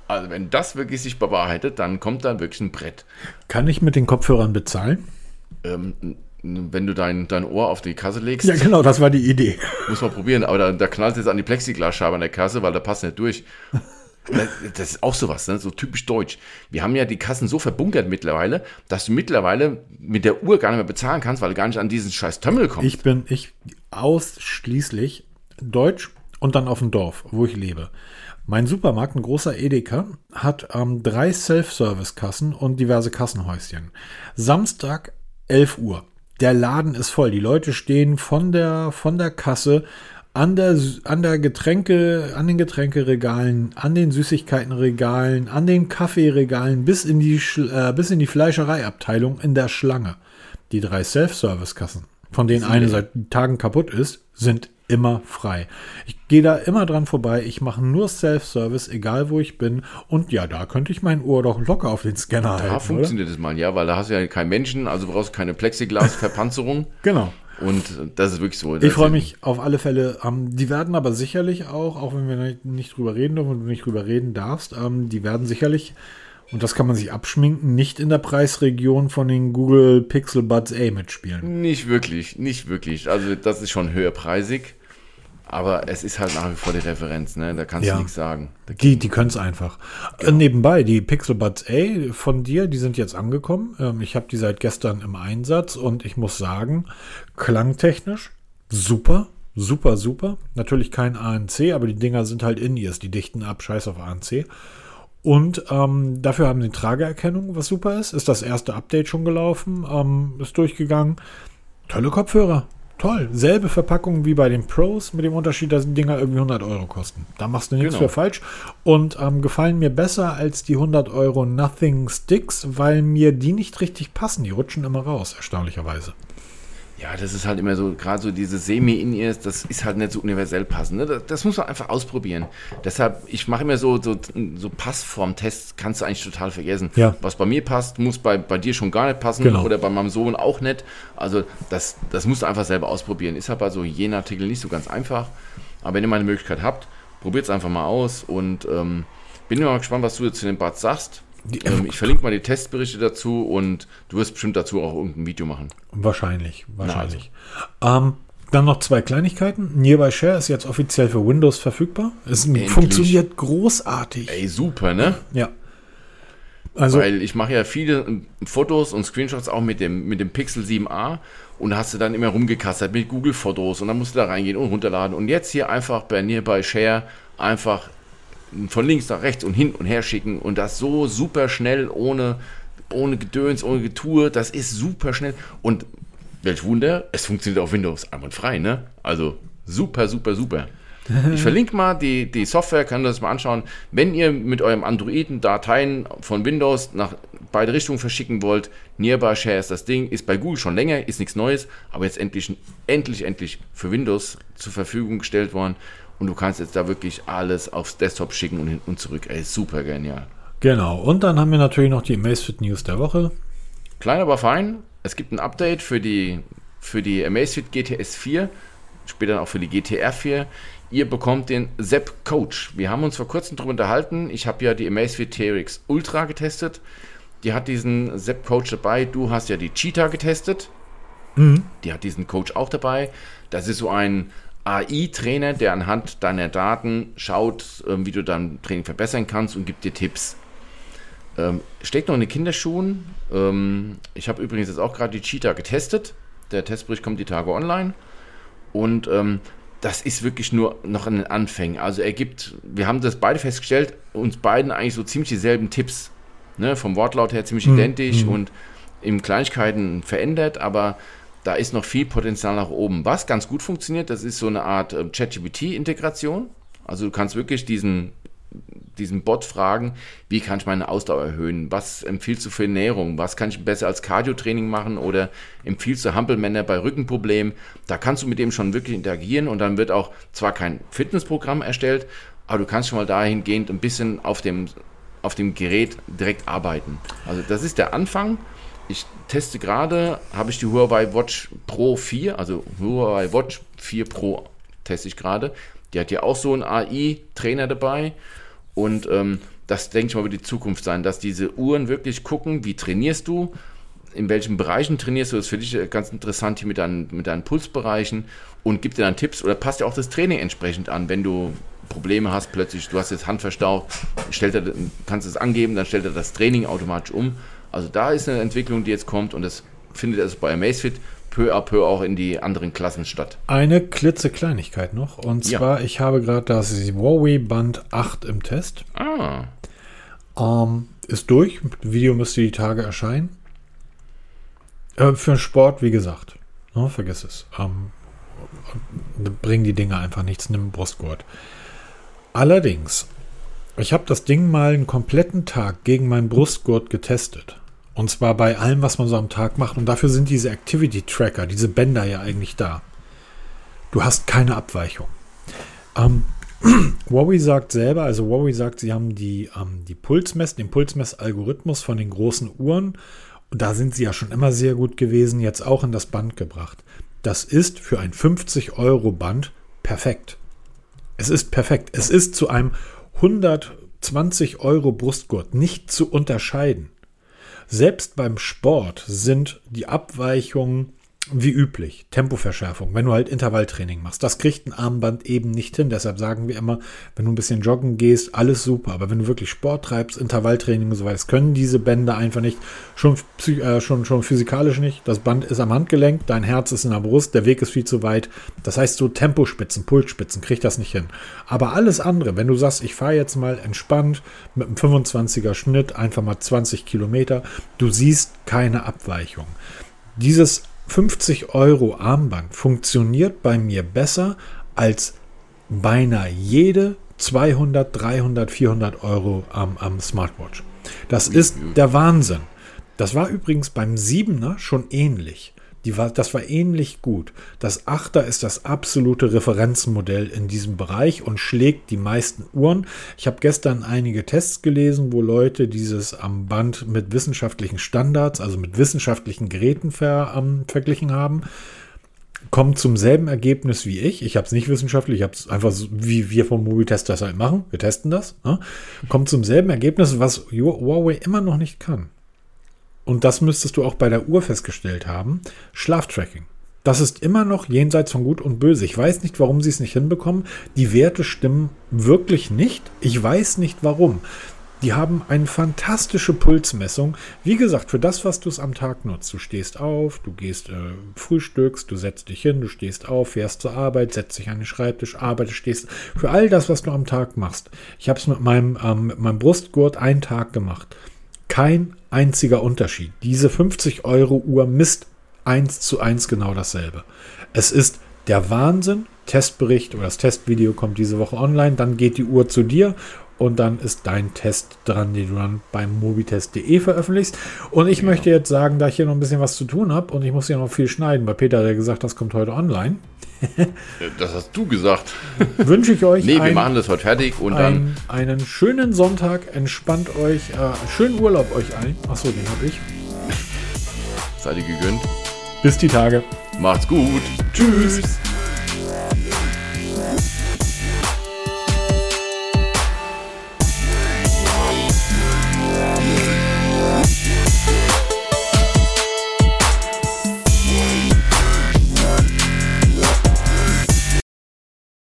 Also wenn das wirklich sich bewahrheitet, dann kommt da wirklich ein Brett. Kann ich mit den Kopfhörern bezahlen? Ähm, wenn du dein, dein Ohr auf die Kasse legst. Ja, genau, das war die Idee. Muss man probieren, aber da, da knallt es an die Plexiglasscheibe an der Kasse, weil da passt nicht durch. Das, das ist auch sowas, ne? So typisch deutsch. Wir haben ja die Kassen so verbunkert mittlerweile, dass du mittlerweile mit der Uhr gar nicht mehr bezahlen kannst, weil du gar nicht an diesen scheiß Terminal kommst. Ich bin ich ausschließlich deutsch und dann auf dem Dorf, wo ich lebe. Mein Supermarkt, ein großer Edeka, hat ähm, drei Self-Service-Kassen und diverse Kassenhäuschen. Samstag, elf Uhr. Der Laden ist voll. Die Leute stehen von der, von der Kasse an der, an der Getränke, an den Getränkeregalen, an den Süßigkeitenregalen, an den Kaffeeregalen bis in die, äh, bis in die Fleischereiabteilung in der Schlange. Die drei Self-Service-Kassen, von denen eine seit Tagen kaputt ist, sind immer frei. Ich gehe da immer dran vorbei. Ich mache nur Self-Service, egal wo ich bin. Und ja, da könnte ich mein Ohr doch locker auf den Scanner halten. Da funktioniert das mal, ja, weil da hast du ja keinen Menschen, also brauchst du keine Plexiglas-Verpanzerung. Genau. Und das ist wirklich so. Ich freue mich auf alle Fälle. Ähm, die werden aber sicherlich auch, auch wenn wir nicht, nicht drüber reden dürfen und du nicht drüber reden darfst, ähm, die werden sicherlich, und das kann man sich abschminken, nicht in der Preisregion von den Google Pixel Buds A mitspielen. Nicht wirklich, nicht wirklich. Also das ist schon höherpreisig, aber es ist halt nach wie vor die Referenz, ne? Da kannst Ja. du nichts sagen. Da Die, die können es einfach. Äh, nebenbei, die Pixel Buds A von dir, die sind jetzt angekommen. Ähm, ich habe die seit gestern im Einsatz und ich muss sagen, klangtechnisch super, super, super. Natürlich kein A N C, aber die Dinger sind halt In-Ears, die dichten ab, scheiß auf A N C. Und ähm, dafür haben sie Trageerkennung, was super ist. Ist das erste Update schon gelaufen, ähm, ist durchgegangen. Tolle Kopfhörer. Toll. Selbe Verpackung wie bei den Pros, mit dem Unterschied, dass die Dinger irgendwie hundert Euro kosten. Da machst du nichts Genau. für falsch. Und ähm, gefallen mir besser als die hundert Euro Nothing Sticks, weil mir die nicht richtig passen. Die rutschen immer raus, erstaunlicherweise. Ja, das ist halt immer so, gerade so diese Semi-In-Ears, das ist halt nicht so universell passend. Ne? Das, das muss man einfach ausprobieren. Deshalb, ich mache immer so, so, so Passformtests, kannst du eigentlich total vergessen. Ja. Was bei mir passt, muss bei, bei dir schon gar nicht passen Genau. oder bei meinem Sohn auch nicht. Also das, das musst du einfach selber ausprobieren. Ist halt bei so jenen Artikeln nicht so ganz einfach. Aber wenn ihr mal eine Möglichkeit habt, probiert es einfach mal aus und ähm, bin mal gespannt, was du jetzt zu den Buds sagst. Die- Ähm, ich verlinke mal die Testberichte dazu und du wirst bestimmt dazu auch irgendein Video machen. Wahrscheinlich, wahrscheinlich. Ähm, dann noch zwei Kleinigkeiten. Nearby Share ist jetzt offiziell für Windows verfügbar. Es Endlich. funktioniert großartig. Ey, super, ne? Ja. Also, Weil ich mache ja viele ähm, Fotos und Screenshots auch mit dem, mit dem Pixel sieben a und da hast du dann immer rumgekastert mit Google Fotos und dann musst du da reingehen und runterladen. Und jetzt hier einfach bei Nearby Share einfach von links nach rechts und hin und her schicken und das so super schnell, ohne, ohne Gedöns, ohne Getue, das ist super schnell. Und welch Wunder, es funktioniert auf Windows einwandfrei, ne? Also super, super, super. Ich verlinke mal die, die Software, kann das mal anschauen. Wenn ihr mit eurem Androiden Dateien von Windows nach beide Richtungen verschicken wollt, Nearby Share ist das Ding, ist bei Google schon länger, ist nichts Neues, aber jetzt endlich, endlich, endlich für Windows zur Verfügung gestellt worden. Und du kannst jetzt da wirklich alles aufs Desktop schicken und hin und zurück. Ey, super genial. genau. Und dann haben wir natürlich noch die Amazfit News der Woche. Klein, aber fein. Es gibt ein Update für die, für die Amazfit G T S vier, später auch für die G T R vier. Ihr bekommt den Zepp Coach. Wir haben uns vor kurzem darüber unterhalten. Ich habe ja die Amazfit T R X Ultra getestet. Die hat diesen Zepp Coach dabei. Du hast ja die Cheetah getestet. Mhm. Die hat diesen Coach auch dabei. Das ist so ein A I-Trainer, der anhand deiner Daten schaut, ähm, wie du dein Training verbessern kannst und gibt dir Tipps. Ähm, steckt noch in den Kinderschuhen. Ähm, ich habe übrigens jetzt auch gerade die Cheetah getestet. Der Testbericht kommt die Tage online. Und ähm, das ist wirklich nur noch an den Anfängen. Also er gibt, wir haben das beide festgestellt, uns beiden eigentlich so ziemlich dieselben Tipps. Ne? Vom Wortlaut her ziemlich Mhm. identisch Mhm. und in Kleinigkeiten verändert, aber da ist noch viel Potenzial nach oben. Was ganz gut funktioniert, das ist so eine Art äh, ChatGPT-Integration. Also du kannst wirklich diesen, diesen Bot fragen, wie kann ich meine Ausdauer erhöhen? Was empfiehlst du für Ernährung? Was kann ich besser als Cardio-Training machen? Oder empfiehlst du Hampelmänner bei Rückenproblemen? Da kannst du mit dem schon wirklich interagieren und dann wird auch zwar kein Fitnessprogramm erstellt, aber du kannst schon mal dahingehend ein bisschen auf dem, auf dem Gerät direkt arbeiten. Also das ist der Anfang. Ich teste gerade, habe ich die Huawei Watch Pro vier, also Huawei Watch vier Pro teste ich gerade. Die hat ja auch so einen A I-Trainer dabei und ähm, das, denke ich mal, wird die Zukunft sein, dass diese Uhren wirklich gucken, wie trainierst du, in welchen Bereichen trainierst du, das ist für dich ganz interessant hier mit deinen, mit deinen Pulsbereichen und gibt dir dann Tipps oder passt dir auch das Training entsprechend an, wenn du Probleme hast, plötzlich, du hast jetzt Hand verstaucht, stellt er, kannst es angeben, dann stellt er das Training automatisch um. Also da ist eine Entwicklung, die jetzt kommt und das findet also bei Amazfit peu à peu auch in die anderen Klassen statt. Eine klitzekleinigkeit noch und zwar, ja. Ich habe gerade das Huawei Band acht im Test. Ah. Ähm, ist durch, das Video müsste die Tage erscheinen. Äh, für den Sport, wie gesagt, ne, vergiss es. Ähm, bringen die Dinge einfach nichts, nimm Brustgurt. Allerdings, ich habe das Ding mal einen kompletten Tag gegen meinen Brustgurt getestet. Und zwar bei allem, was man so am Tag macht. Und dafür sind diese Activity-Tracker, diese Bänder ja eigentlich da. Du hast keine Abweichung. Ähm, Huawei sagt selber, also Huawei sagt, sie haben die, ähm, die Pulsmess, den Pulsmess-Algorithmus von den großen Uhren. Und da sind sie ja schon immer sehr gut gewesen, jetzt auch in das Band gebracht. Das ist für ein fünfzig Euro Band perfekt. Es ist perfekt. Es ist zu einem hundertzwanzig Euro Brustgurt nicht zu unterscheiden. Selbst beim Sport sind die Abweichungen wie üblich. Tempoverschärfung, wenn du halt Intervalltraining machst. Das kriegt ein Armband eben nicht hin. Deshalb sagen wir immer, wenn du ein bisschen joggen gehst, alles super. Aber wenn du wirklich Sport treibst, Intervalltraining und so weiter, das können diese Bänder einfach nicht. Schon, äh, schon, schon physikalisch nicht. Das Band ist am Handgelenk, dein Herz ist in der Brust, der Weg ist viel zu weit. Das heißt, so Tempospitzen, Pulsspitzen, kriegt das nicht hin. Aber alles andere, wenn du sagst, ich fahre jetzt mal entspannt mit einem fünfundzwanziger Schnitt, einfach mal zwanzig Kilometer, du siehst keine Abweichung. Dieses fünfzig Euro Armband funktioniert bei mir besser als beinahe jede zweihundert, dreihundert, vierhundert Euro am, am Smartwatch. Das ist der Wahnsinn. Das war übrigens beim Siebener schon ähnlich. Die war, das war ähnlich gut. Das Achter ist das absolute Referenzmodell in diesem Bereich und schlägt die meisten Uhren. Ich habe gestern einige Tests gelesen, wo Leute dieses am Band mit wissenschaftlichen Standards, also mit wissenschaftlichen Geräten ver, ähm, verglichen haben. Kommt zum selben Ergebnis wie ich. Ich habe es nicht wissenschaftlich, ich habe es einfach so, wie wir vom Mobitest das halt machen. Wir testen das. Ne? Kommt zum selben Ergebnis, was Huawei immer noch nicht kann. Und das müsstest du auch bei der Uhr festgestellt haben, Schlaftracking. Das ist immer noch jenseits von Gut und Böse. Ich weiß nicht, warum sie es nicht hinbekommen. Die Werte stimmen wirklich nicht. Ich weiß nicht, warum. Die haben eine fantastische Pulsmessung. Wie gesagt, für das, was du es am Tag nutzt. Du stehst auf, du gehst äh, frühstückst, du setzt dich hin, du stehst auf, fährst zur Arbeit, setzt dich an den Schreibtisch, arbeitest, stehst. Für all das, was du am Tag machst. Ich habe es mit meinem, ähm, mit meinem Brustgurt einen Tag gemacht. Kein einziger Unterschied. Diese fünfzig Euro Uhr misst eins zu eins genau dasselbe. Es ist der Wahnsinn. Testbericht oder das Testvideo kommt diese Woche online. Dann geht die Uhr zu dir und dann ist dein Test dran, den du dann beim mobitest punkt de veröffentlichst. Und ich ja. möchte jetzt sagen, da ich hier noch ein bisschen was zu tun habe und ich muss hier noch viel schneiden, weil Peter hat ja gesagt, das kommt heute online. Das hast du gesagt. Wünsche ich euch nee, ein, wir machen das heute fertig und ein, dann einen schönen Sonntag. Entspannt euch. Äh, schönen Urlaub euch allen. Achso, den habe ich. Seid ihr gegönnt. Bis die Tage. Macht's gut. Tschüss.